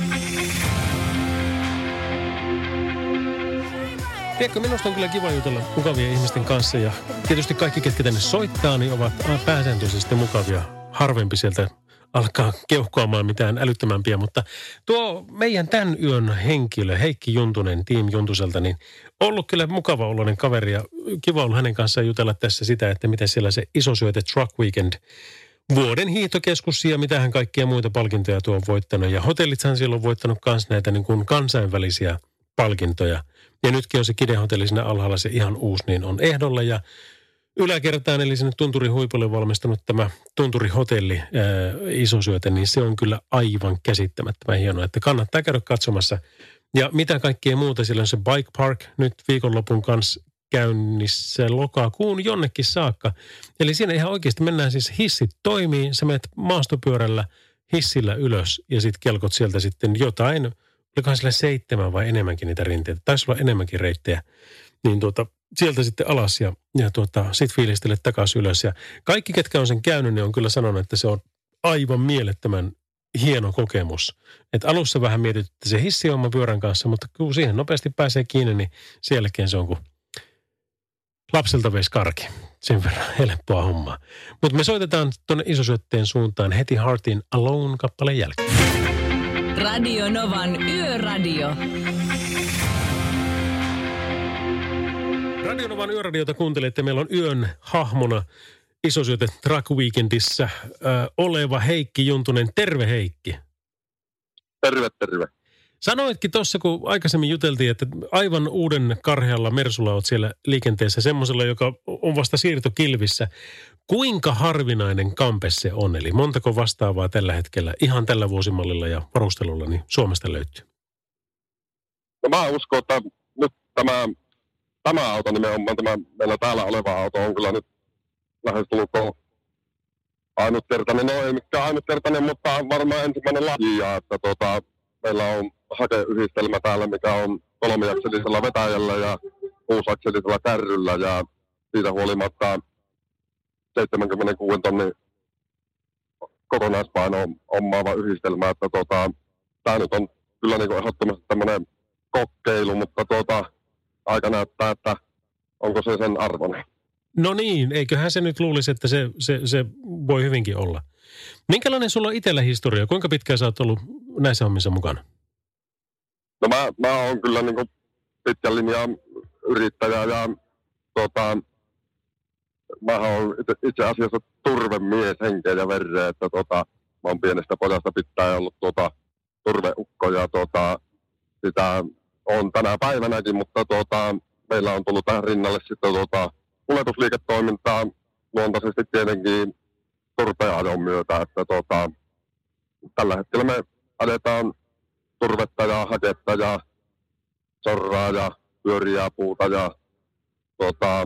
Tiedätkö, minusta on kyllä kiva jutella mukavia ihmisten kanssa ja tietysti kaikki, ketkä tänne soittaa, niin ovat pääsääntöisesti mukavia. Harvempi sieltä alkaa keuhkoamaan mitään älyttömämpiä, mutta tuo meidän tämän yön henkilö, Heikki Juntunen, Team Juntuselta, niin ollut kyllä mukava oloinen kaveri ja kiva ollut hänen kanssaan jutella tässä sitä, että miten siellä se Isosyöte Truck Weekend, vuoden hiihtokeskus ja mitähän kaikkia muita palkintoja tuo on voittanut. Ja hotellithan siellä on voittanut myös näitä niin kuin kansainvälisiä palkintoja. Ja nytkin on se Kide-hotelli siinä alhaalla, se ihan uusi, niin on ehdolla. Ja yläkertaan, eli sinne Tunturin huipulle valmistunut tämä Tunturi-hotelli ää, Isosyöte, niin se on kyllä aivan käsittämättömän hienoa, että kannattaa käydä katsomassa. Ja mitä kaikkea muuta, siellä on se Bike Park nyt viikonlopun kanssa käynnissä lokakuun jonnekin saakka. Eli siinä ihan oikeasti mennään siis, hissit toimii, sä menet maastopyörällä hissillä ylös ja sitten kelkot sieltä sitten jotain, olikohan sillä seitsemän vai enemmänkin niitä rinteitä, taisi olla enemmänkin reittejä, niin tuota, sieltä sitten alas ja, ja tuota, sitten fiilistele takaisin ylös. Ja kaikki, ketkä on sen käynyt, niin on kyllä sanonut, että se on aivan mielettömän hieno kokemus. Että alussa vähän mietit, että se hissi on pyörän kanssa, mutta kun siihen nopeasti pääsee kiinni, niin sen jälkeen se on kuin lapselta veisi karki. Sen verran helppoa hommaa. Mutta me soitetaan tuonne Isosyötteen suuntaan heti Heartin Alone-kappaleen jälkeen. Radio Novan Yöradio. Radio Novan Yöradiota kuuntelette. Meillä on yön hahmona Isosyöte Truck Weekendissä äh, oleva Heikki Juntunen. Terve Heikki. Terve, terve. Sanoitkin tuossa, kun aikaisemmin juteltiin, että aivan uuden karhealla Mersulla olet siellä liikenteessä, semmoisella, joka on vasta siirtokilvissä. Kuinka harvinainen kampe se on? Eli montako vastaavaa tällä hetkellä, ihan tällä vuosimallilla ja varustelulla, niin Suomesta löytyy? No mä uskon, että nyt tämä, tämä auto nimenomaan, tämä meillä täällä oleva auto on kyllä nyt lähestulkoon ainutkertainen. No ei mikään ainutkertainen, mutta varmaan ensimmäinen lajia, että tuota, meillä on hakeyhdistelmä täällä, mikä on kolmiakselisella vetäjällä ja kuusakselisella kärryllä ja siitä huolimatta seitsemänkymmentäkuusi tonnin kokonaispaino omaava yhdistelmä, että tuota, tämä nyt on kyllä niin kuin ehdottomasti tämmöinen kokeilu, mutta tuota, aika näyttää, että onko se sen arvoinen. No niin, eiköhän se nyt luulisi, että se, se, se voi hyvinkin olla. Minkälainen sulla on itsellä historia? Kuinka pitkään sä oot ollut näissä hommissa mukana? No mä, mä oon kyllä niin kuin pitkän linjan yrittäjä ja tota, mä oon itse, itse asiassa turvemies henkeä ja verreä, että tota, mä oon pienestä pojasta pitäen ollut tota, turveukko ja tota, sitä on tänä päivänäkin, mutta tota, meillä on tullut tähän rinnalle sitten tota, kuljetusliiketoimintaa luontaisesti tietenkin turpeajon myötä, että tota, tällä hetkellä me ajetaan turvetta ja haketta ja sorraa ja pyöriä puuta ja tota,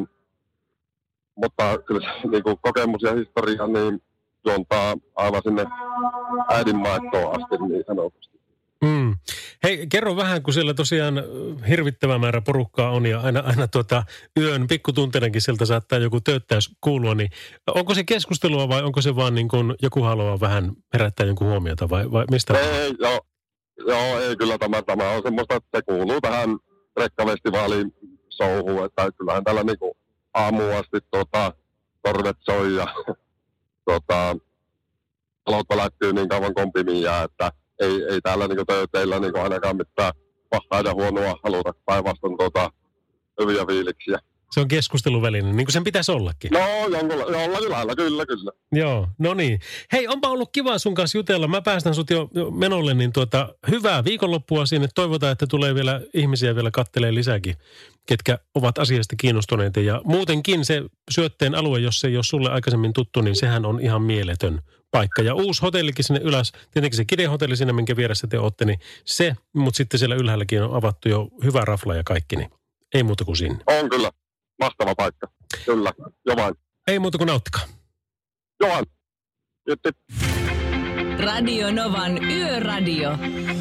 mutta kyllä niin kuin kokemus ja historia niin juontaa aivan sinne äidinmaittoon asti niin sanotusti. Mm. Hei, kerro vähän, kun siellä tosiaan hirvittävä määrä porukkaa on ja aina, aina tuota, yön pikkutunteinakin sieltä saattaa joku tööttäys kuulua, niin onko se keskustelua vai onko se vaan niin kuin joku haluaa vähän herättää jonkun huomiota vai, vai mistä? Ei, joo, joo, ei kyllä tämä, tämä on semmoista, että se kuuluu tähän rekkafestivaalin showhun, että kyllähän täällä niin kuin aamuun asti tota, torvet soi ja tota, talot välättyy niin kauan kompimiin jää, että ei, ei täällä niin teillä niin ainakaan mitään pahaa ja huonoa haluta päinvastoin tota, hyviä fiiliksiä. Se on keskusteluväline, niin kuin sen pitäisi ollakin. No, jollakin lailla, kyllä, kyllä. Joo, no niin. Hei, onpa ollut kiva sun kanssa jutella. Mä päästän sut jo menolle, niin tuota, hyvää viikonloppua sinne. Toivotaan, että tulee vielä ihmisiä vielä kattelee lisääkin, ketkä ovat asiasta kiinnostuneita. Ja muutenkin se Syötteen alue, jos se ei ole sulle aikaisemmin tuttu, niin sehän on ihan mieletön paikka. Ja uusi hotellikin sinne ylös, tietenkin se Kide-hotelli sinne, minkä vieressä te ootte, niin se, mutta sitten siellä ylhäälläkin on avattu jo hyvä rafla ja kaikki, niin ei muuta kuin sinne. On kyllä. Mahtava paikka. Kyllä. Jo vain. Ei muuta kuin nauttikaa. Jo vain. Jutti. Radio Novan Yöradio.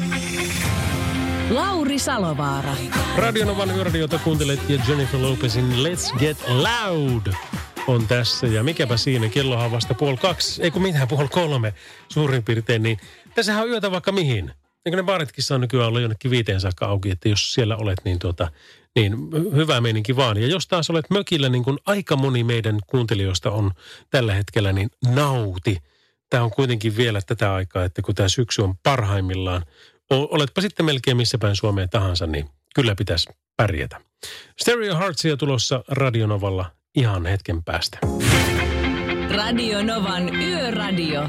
Lauri Salovaara. Radio Novan Yöradiota kuuntelet ja Jennifer Lopezin Let's Get Loud on tässä. Ja mikäpä siinä, kellohan vasta puoli kaksi, ei kun mitään, puoli kolme suurin piirtein. Niin tässähän on yötä vaikka mihin. Eikö ne baritkin saa nykyään olla jonnekin viiteen saakka auki, että jos siellä olet, niin, tuota, niin hyvä meininki vaan. Ja jos taas olet mökillä, niin kuin aika moni meidän kuuntelijoista on tällä hetkellä, niin nauti. Tämä on kuitenkin vielä tätä aikaa, että kun tämä syksy on parhaimmillaan, oletpa sitten melkein missä päin Suomeen tahansa, niin kyllä pitäisi pärjätä. Stereo Heartsia tulossa Radio Novalla ihan hetken päästä. Radio Novan Yöradio.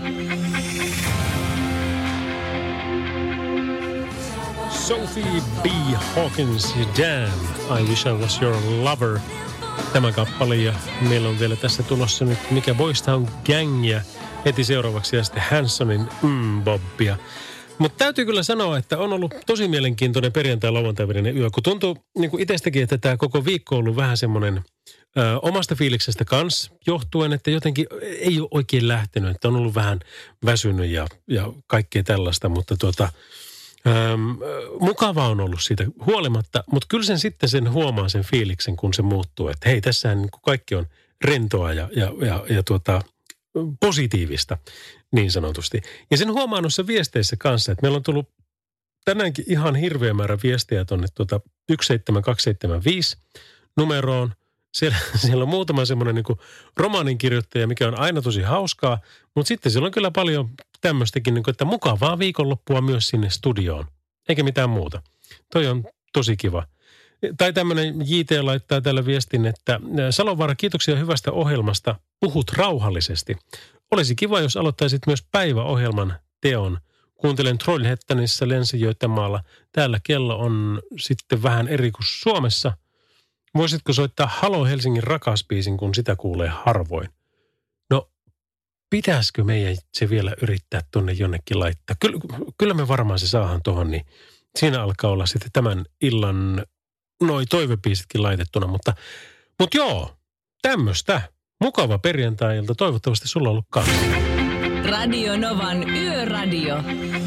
Sophie B. Hawkins, Damn, I Wish I Was Your Lover. Tämä kappale ja meillä on vielä tässä tulossa nyt mikä Boys Town Gangia heti seuraavaksi ja sitten Hansonin mm, Bobbia. Mutta täytyy kyllä sanoa, että on ollut tosi mielenkiintoinen perjantai-lauantai välinen yö, kun tuntuu niin kuin itsestäkin, että tämä koko viikko on ollut vähän semmoinen ö, omasta fiiliksestä kanssa johtuen, että jotenkin ei ole oikein lähtenyt, että on ollut vähän väsynyt ja, ja kaikkea tällaista, mutta tuota, ö, mukava on ollut siitä huolimatta, mutta kyllä sen sitten sen huomaa sen fiiliksen, kun se muuttuu, että hei, tässähän niin kuin kaikki on rentoa ja, ja, ja, ja tuota, positiivista niin sanotusti. Ja sen huomaa noissa viesteissä kanssa, että meillä on tullut tänäänkin ihan hirveä määrä viestejä tuonne tuota yksi seitsemän kaksi seitsemän viisi numeroon. Siellä, siellä on muutama semmoinen niin kuin romaanin-kirjoittaja, mikä on aina tosi hauskaa, mutta sitten siellä on kyllä paljon tämmöistäkin, niin kuin, että mukavaa viikonloppua myös sinne studioon, eikä mitään muuta. Toi on tosi kiva. Tai tämmöinen J T laittaa tällä viestin, että Salovaara, kiitoksia hyvästä ohjelmasta, puhut rauhallisesti. Olisi kiva, jos aloittaisit myös päiväohjelman teon. Kuuntelen Trollhättanissa Länsi-Götamaalla. Täällä kello on sitten vähän eri kuin Suomessa. Voisitko soittaa Halo Helsingin rakaspiisin, kun sitä kuulee harvoin? No, pitäisikö meidän se vielä yrittää tuonne jonnekin laittaa? Kyllä, kyllä me varmaan se saadaan tuohon, niin siinä alkaa olla sitten tämän illan noi toivepiisitkin laitettuna, mutta, mutta joo, tämmöistä. Mukava perjantai-ilta. Toivottavasti sulla on ollut kanssa. Radio Novan Yöradio.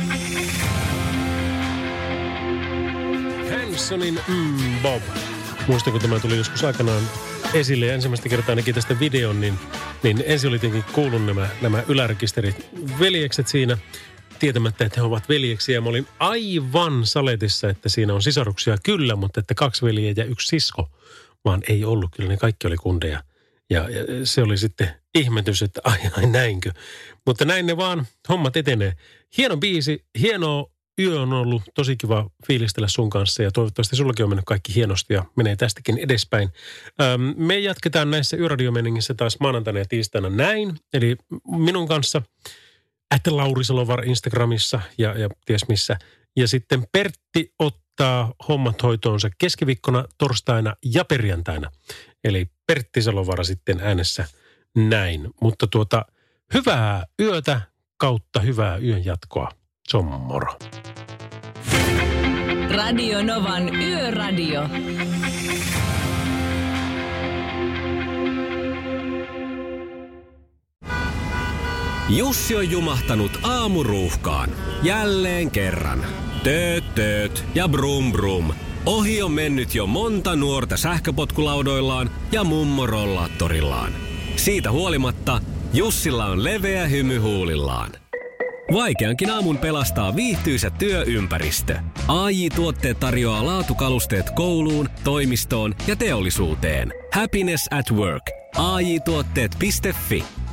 Hansonin mm, Bob. Muistan, kun tämä tuli joskus aikanaan esille ja ensimmäistä kertaa näki tästä videon, niin, niin ensin oli tietenkin kuullut nämä, nämä ylärekisterit veljekset siinä, tietämättä, että he ovat veljeksiä. Mä olin aivan saletissa, että siinä on sisaruksia kyllä, mutta että kaksi veljeä ja yksi sisko, vaan ei ollut. Kyllä ne kaikki oli kundeja. Ja, ja se oli sitten ihmetys, että ai, ai näinkö. Mutta näin ne vaan, hommat etenee. Hieno biisi, hieno yö on ollut, tosi kiva fiilistellä sun kanssa ja toivottavasti sullakin on mennyt kaikki hienosti ja menee tästäkin edespäin. Ähm, me jatketaan näissä yöradiomeningissä taas maanantaina ja tiistaina näin, eli minun kanssa että Lauri Salovaara Instagramissa ja, ja ties missä. Ja sitten Pertti ottaa hommat hoitoonsa keskiviikkona, torstaina ja perjantaina. Eli Pertti Salovaara sitten äänessä näin. Mutta tuota, hyvää yötä kautta hyvää yön jatkoa. Se on moro. Radio Novan Yöradio. Jussi on jumahtanut aamuruuhkaan. Jälleen kerran. Tööt, tööt ja brum brum. Ohi on mennyt jo monta nuorta sähköpotkulaudoillaan ja mummorollaattorillaan. Siitä huolimatta Jussilla on leveä hymy huulillaan. Vaikeankin aamun pelastaa viihtyisä työympäristö. A J-tuotteet tarjoaa laatukalusteet kouluun, toimistoon ja teollisuuteen. Happiness at work. A J tuotteet piste fi